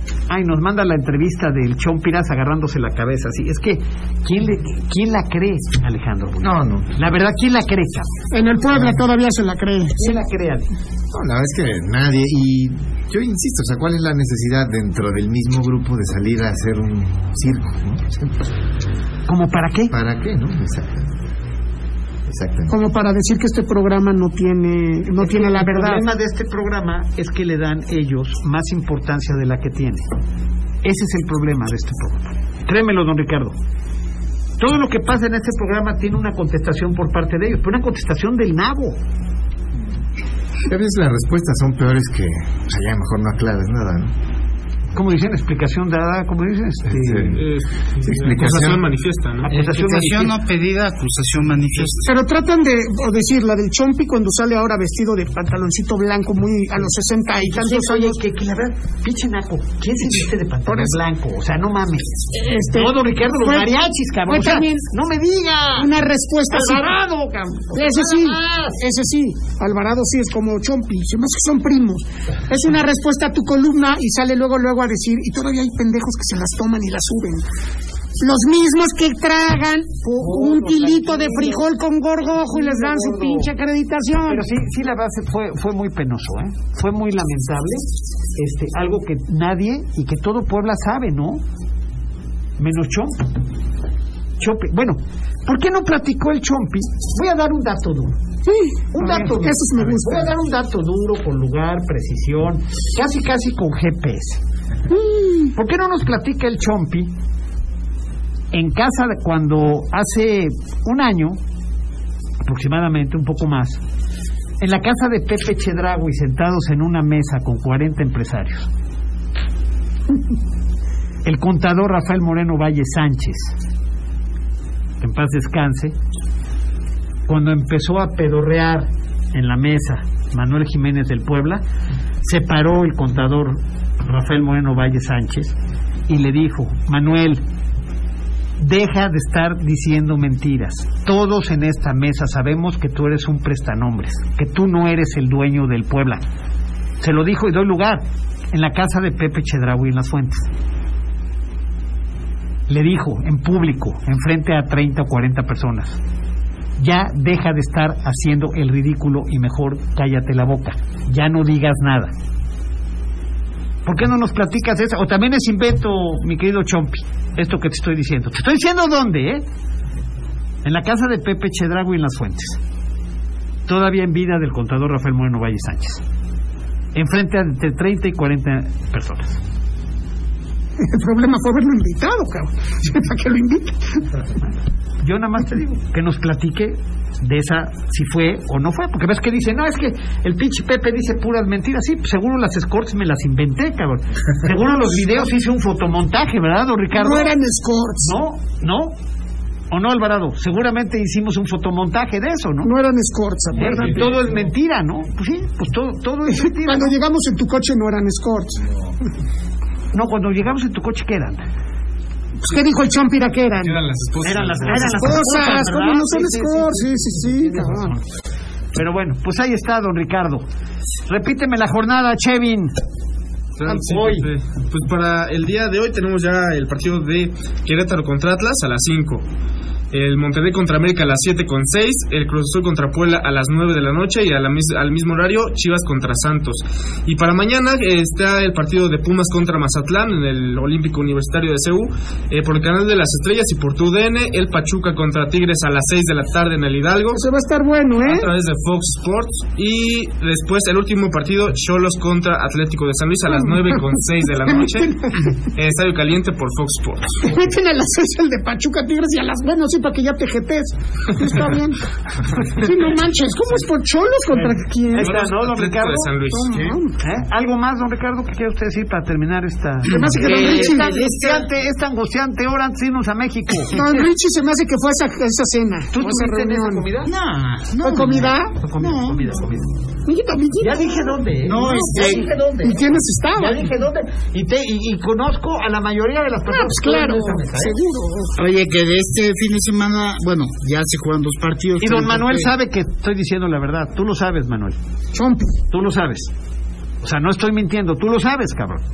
Ay, nos manda la entrevista del Chompiras agarrándose la cabeza, así. Es que, ¿quién le, quién la cree, Alejandro? No, no. La verdad, ¿quién la cree? En el Puebla todavía se la cree. ¿Quién la cree, Ale? No, la verdad es que nadie. Y yo insisto, o sea, ¿cuál es la necesidad dentro del mismo grupo de salir a hacer un circo, ¿no? ¿Cómo para qué? ¿Para qué, no? Exactamente. Exactamente. Como para decir que este programa no tiene no es tiene la verdad. El problema de este programa es que le dan ellos más importancia de la que tiene. Ese es el problema de este programa. Créemelo, don Ricardo. Todo lo que pasa en este programa tiene una contestación por parte de ellos, pero una contestación del nabo. A veces las respuestas son peores que... O sea, ya mejor no aclares nada, ¿no? Como dicen, explicación dada, como dicen, este, sí. eh, explicación manifiesta, ¿no? Acusación, acusación no pedida, acusación manifiesta. Pero tratan de o decir la del Chompi cuando sale ahora vestido de pantaloncito blanco muy a los sesenta y tantos sí, años. Que, que la verdad, pinche naco, ¿quién se viste de pantalón blanco? O sea, no mames. Este, no, don Ricardo, los fue, mariachis, cabrón. O sea, también no me diga. Una respuesta Alvarado, cabrón. Ese sí, ese sí. Alvarado sí es como Chompi, se me hace que son primos. Es una respuesta a tu columna y sale luego, luego a decir, y todavía hay pendejos que se las toman y las suben. Los mismos que tragan oh, un kilito de frijol con gorgojo y les dan su pinche acreditación. Pero sí, sí, la verdad fue, fue muy penoso, ¿eh? Fue muy lamentable. Este, algo que nadie y que todo Puebla sabe, ¿no? Menos Chompi. Chompi. Bueno, ¿por qué no platicó el Chompi? Voy a dar un dato duro. Sí, un dato duro. Eso me gusta. Voy a dar un dato duro con lugar, precisión, casi casi con G P S. ¿Por qué no nos platica el Chompi en casa de cuando hace un año, aproximadamente, un poco más, en la casa de Pepe Chedraui, sentados en una mesa con cuarenta empresarios? El contador Rafael Moreno Valle Sánchez, que en paz descanse, cuando empezó a pedorrear en la mesa Manuel Jiménez del Puebla, se paró el contador Rafael Moreno Valle Sánchez y le dijo: Manuel, deja de estar diciendo mentiras. Todos en esta mesa sabemos que tú eres un prestanombres, que tú no eres el dueño del Puebla. Se lo dijo y doy lugar, en la casa de Pepe Chedraui en Las Fuentes. Le dijo en público, enfrente a treinta o cuarenta personas: ya deja de estar haciendo el ridículo y mejor cállate la boca, ya no digas nada. ¿Por qué no nos platicas eso? O también es invento, mi querido Chompi, esto que te estoy diciendo. Te estoy diciendo dónde, ¿eh? En la casa de Pepe Chedraui en Las Fuentes. Todavía en vida del contador Rafael Moreno Valle Sánchez. Enfrente a entre treinta y cuarenta personas. El problema fue haberlo invitado, cabrón. ¿Para qué lo invita? Yo nada más te digo que nos platique de esa, si fue o no fue, porque ves que dice, no, es que el pinche Pepe dice puras mentiras. Sí, pues seguro las escorts me las inventé, cabrón. Seguro los videos hice un fotomontaje, ¿verdad, don Ricardo? No eran escorts. No, no. ¿O no, Alvarado? Seguramente hicimos un fotomontaje de eso, ¿no? No eran escorts, ¿Eh? Y todo es mentira, ¿no? Pues sí, pues todo, todo es mentira. Cuando ¿no? llegamos en tu coche no eran escorts. No, cuando llegamos en tu coche, ¿qué eran? Pues, ¿qué dijo el Chompira que eran? Eran las esposas. Eran las, eran las esposas, esposas, ¿cómo no son sí, escorts? Sí, sí, sí, sí, sí, cabrón. Pero bueno, pues ahí está, don Ricardo. Repíteme la jornada, Chevin. Sí, hoy. Pues para el día de hoy tenemos ya el partido de Querétaro contra Atlas a las cinco. El Monterrey contra América a las siete con seis, el Cruz Azul contra Puebla a las nueve de la noche y a la mis- al mismo horario Chivas contra Santos. Y para mañana eh, está el partido de Pumas contra Mazatlán en el Olímpico Universitario de C U, eh, por el Canal de las Estrellas y por T U D N, el Pachuca contra Tigres a las seis de la tarde en el Hidalgo. Eso va a estar bueno, ¿eh? A través de Fox Sports. Y después el último partido, Xolos contra Atlético de San Luis a las nueve con seis de la noche, eh, Estadio Caliente por Fox Sports. Meten a las seis el de Pachuca Tigres y a las bueno, sí, para que ya te jetes. Está bien. Sí, no manches. ¿Cómo es por Cholos contra quién? Ahí está, ¿no, don Ricardo? De San Luis. ¿Sí? ¿Eh? ¿Algo más, don Ricardo, que quiere usted decir para terminar esta... Se me hace que don Eh, Richie... esta angustiante, esta angustiante hora antes de irnos a México. Don Richie se me hace que fue esa, esa cena. ¿Tú o esa tuviste en esa reunión. comida? No, no. ¿Fue comida? Fue comida, No. comida, comida. Amiguito, amiguito. Ya dije dónde, ¿eh? No, ya este- dije dónde. ¿Y quiénes estaban? Ya dije dónde. Y, te, y, y conozco a la mayoría de las Ah, personas. pues que claro, están en esa mesa, ¿eh? seguro. Oye, que de este fin de semana, bueno, ya se juegan dos partidos. Y don pero Manuel porque- sabe que estoy diciendo la verdad. Tú lo sabes, Manuel. Chompi. Tú lo sabes. O sea, no estoy mintiendo. Tú lo sabes, cabrón.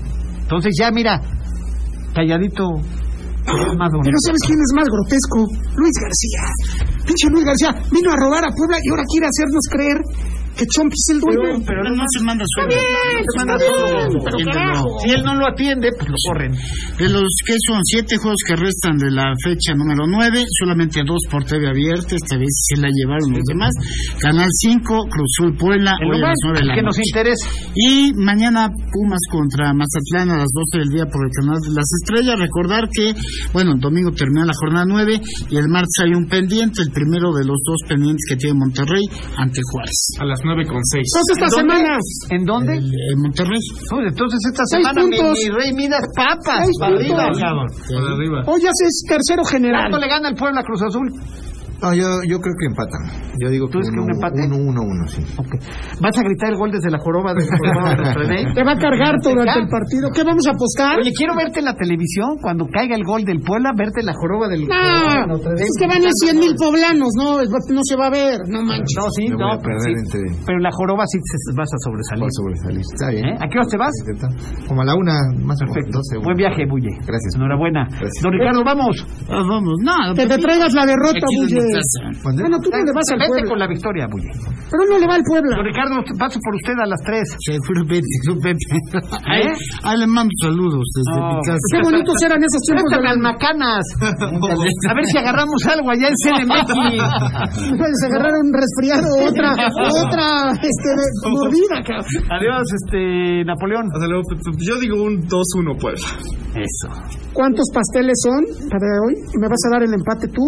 Entonces ya, mira, calladito. Más Pero ¿sabes quién es más grotesco? Luis García. Pinche Luis García vino a robar a Puebla y ahora quiere hacernos creer que Chompi es el dueño. Pero, pero no se manda solo. Está bien, se manda está solo. bien, pero carajo. Si él no lo atiende, pues lo corren. De los que son siete juegos que restan de la fecha número nueve, solamente dos por T V abierta, esta vez se la llevaron los demás. Canal cinco, Cruz Azul Puebla, El hoy a lugar las nueve de la que nos noche. interesa. Y mañana Pumas contra Mazatlán a las doce del día por el canal de las estrellas. Recordar que, bueno, el domingo termina la jornada nueve y el martes hay un pendiente, el primero de los dos pendientes que tiene Monterrey ante Juárez. A las nueve con seis. Entonces esta ¿En dónde? semana. ¿En dónde? En Monterrey. Pues entonces esta Seis semana mi, puntos. mi rey midas papas. Seis Para arriba, puntos. cabrón. Para arriba. Hoy ya es tercero general. ¿Cuánto le gana el Puebla a Cruz Azul? No, yo, yo creo que empatan. Yo digo que ¿Tú dices que un empate? uno, uno, uno, sí. Okay. ¿Vas a gritar el gol desde la joroba del jorobado de René? Te va a cargar durante el partido. ¿Qué vamos a apostar? Oye, quiero verte en la televisión cuando caiga el gol del Puebla, verte en la joroba del No, jorobado de Notre Dame. es que van a cien mil poblanos, no, no se va a ver, no manches. No, sí, Me no, voy a perder sí. entre... Pero en la joroba sí te vas a sobresalir. Voy a sobresalir. Está bien. ¿Eh? ¿A qué hora te vas? Como a la una, más o menos. Perfecto. doce, Buen viaje, Bulle. Gracias. Enhorabuena. Gracias. Don Ricardo, vamos. Ah, vamos, no. Que te traigas la derrota, Aquí Bulle. donde estás. ¿Mande? Bueno, tú no le vas al Vete Puebla. con la victoria, Bulle. Pero no le va al Puebla. Don Ricardo, paso por usted a las tres. Seguramente, seguramente. Ahí, ahí le mando saludos desde No. mi casa. Qué bonitos eran esos tiempos de Préstame las al Macanas. A ver si agarramos algo allá en C D M X. Se agarraron un resfriado, otra, otra, este, mordida, cabrón. Adiós, este, Napoleón. Hasta luego, Pepe. Yo digo un dos uno, Puebla. Eso. ¿Cuántos pasteles son para hoy? ¿Me vas a dar el empate tú?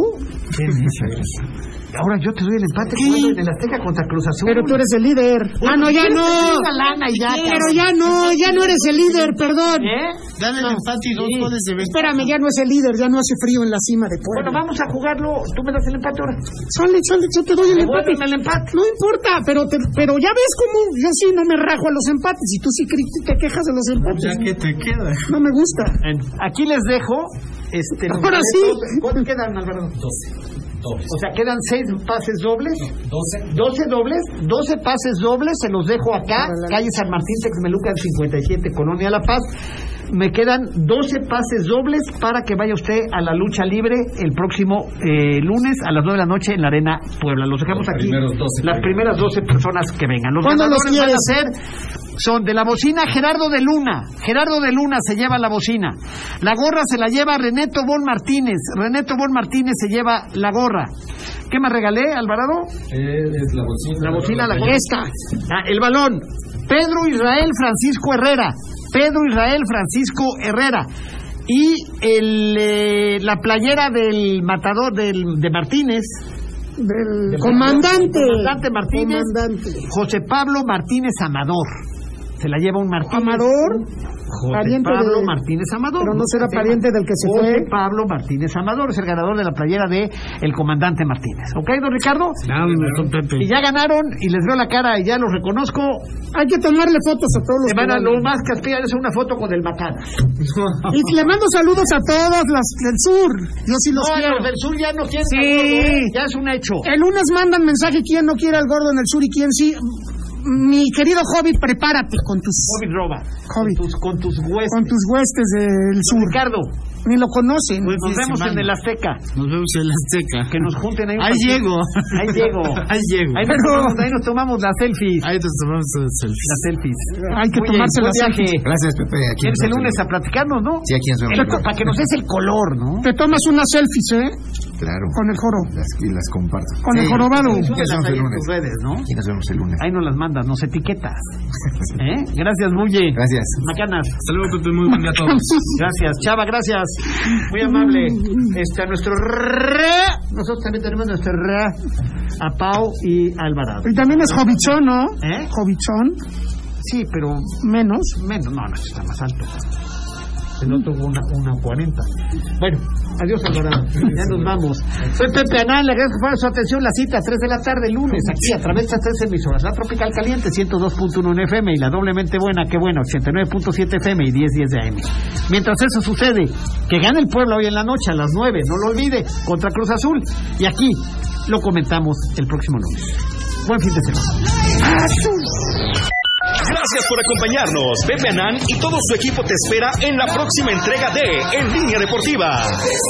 Ahora yo te doy el empate jugando en el Azteca contra Cruz Azul. Pero tú eres el líder. Ah, no, ya no. Una lana y ya, Pero cabrón. ya no, ya no eres el líder, perdón. ¿Eh? Dale el empate y dos goles de ventaja. Espérame, ya no es el líder, ya no hace frío en la cima de Bueno, Puebla. vamos a jugarlo. Tú me das el empate ahora. Sale, sale, yo te doy el empate. Devuélveme el empate. No importa, pero te, pero ya ves cómo yo sí no me rajo a los empates y tú sí cri- te quejas de los empates. Ya que te queda. No me gusta. Aquí les dejo. Este, los Ahora boletos. sí. ¿Cuántos quedan, Alvarado? doce. O sea, quedan seis pases dobles. doce. doce dobles. doce pases dobles. Se los dejo acá. Calle San Martín, Texmelucan cincuenta y siete, Colonia La Paz. Me quedan doce pases dobles para que vaya usted a la lucha libre el próximo eh, lunes a las nueve de la noche en la Arena Puebla. Los dejamos aquí. Las primeras doce personas que vengan. Los ¿Cuándo los ganadores van a quieres? ser son de la bocina Gerardo de Luna. Gerardo de Luna se lleva la bocina. La gorra se la lleva René Tobón Martínez. René Tobón Martínez se lleva la gorra. ¿Qué me regalé, Alvarado? Eh, es la bocina. La bocina, la gorra. Esta. Ah, el balón. Pedro Israel Francisco Herrera. Pedro Israel Francisco Herrera. Y el, eh, la playera del matador del, de Martínez. Del Del comandante. comandante Martínez. Comandante. José Pablo Martínez Amador. Se la lleva un Martínez. Amador. José Pariente Pablo de- Martínez Amador. Pero no será Se pariente llama del que se José fue. Pablo Martínez Amador es el ganador de la playera de el comandante Martínez. ¿Ok, don Ricardo? Y ya ganaron y les veo la cara y ya los reconozco. Hay que tomarle fotos a todos los Se van a que lo ganan. más que aspiran es una foto con el Macanas. Y le mando saludos a todos las del sur. Yo sí los No, quiero. los del sur ya no quieren Sí. al gordo, ¿eh? Ya es un hecho. El lunes mandan mensaje quién no quiere al gordo en el sur y quién sí. Mi querido Hobbit, prepárate con tus Hobbit roba. Hobbit, Con tus, con tus huestes. con tus huestes del sur. Ricardo, Ni lo conocen. Buen nos fin de vemos semana. en el Azteca. Nos vemos en la Azteca. Que nos junten ahí. un Ahí partido. llego. Ahí llego. Ahí llego. Ahí nos, tomamos, ahí nos tomamos las selfies. Ahí nos tomamos las selfies. Las selfies. Hay que Muy tomarse bien, las buen viaje. selfies. Gracias, Pepe. Aquí ¿Quieres nos el lunes vemos. a platicarnos, no? Sí, aquí nos vemos. El- para que nos des el color, ¿no? Te tomas unas selfies, ¿eh? Claro. Con el joro. Las, y las comparto. Con el jorobado. Aquí nos Súbelas vemos ahí el en lunes. tus redes, ¿no? Aquí nos vemos el lunes. Ahí nos las mandas, nos etiquetas. ¿Eh? Gracias, Bulle. Gracias. Macanas. Hasta luego, Pepe. Muy buen día a todos. Gracias, Chava, gracias. Muy amable. Este, a nuestro re, nosotros también tenemos nuestro re, a Pau y a Alvarado. Y también es Jovichón, ¿no? ¿Eh? Jovichón. Sí, pero Menos. menos, no, no, está más alto. El otro una, una cuarenta. Bueno, adiós, Alvarado. Ya nos vamos. Soy Pepe Anán, le agradezco por su atención. La cita, tres de la tarde, lunes, aquí a través de estas tres emisoras. La Tropical Caliente, ciento dos punto uno en F M y la Doblemente Buena, qué bueno, ochenta y nueve punto siete F M y diez diez de A M. Mientras eso sucede, que gane el Puebla hoy en la noche a las nueve, no lo olvide, contra Cruz Azul. Y aquí lo comentamos el próximo lunes. Buen fin de semana. Gracias por acompañarnos. Pepe Anán y todo su equipo te espera en la próxima entrega de En Línea Deportiva.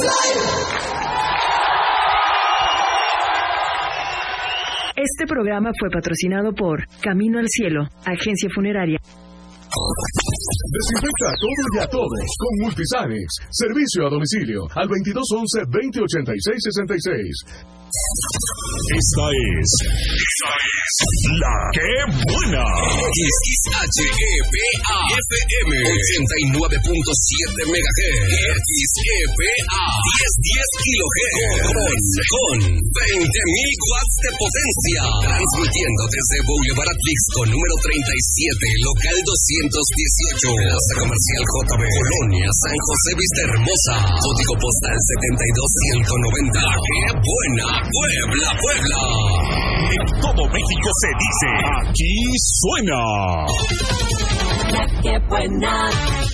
Este programa fue patrocinado por Camino al Cielo, agencia funeraria. Desinfecta a todo y a todos con Multisanex. Servicio a domicilio al veintidós once veinte ochenta y seis sesenta y seis. Esta es... Esta es... La Que Buena. X H E P A F M ochenta y nueve punto siete megahertz. X E P A diez diez kilohertz. Con, con veinte mil watts de potencia. Transmitiendo desde Boulevard Atlixco, número treinta y siete, local doscientos dieciocho. Plaza Comercial J B. Colonia San José Vista Hermosa. Código postal setenta y dos ciento noventa. ¡Qué buena! Puebla, Puebla. En todo México se dice, aquí suena. ¡Qué buena!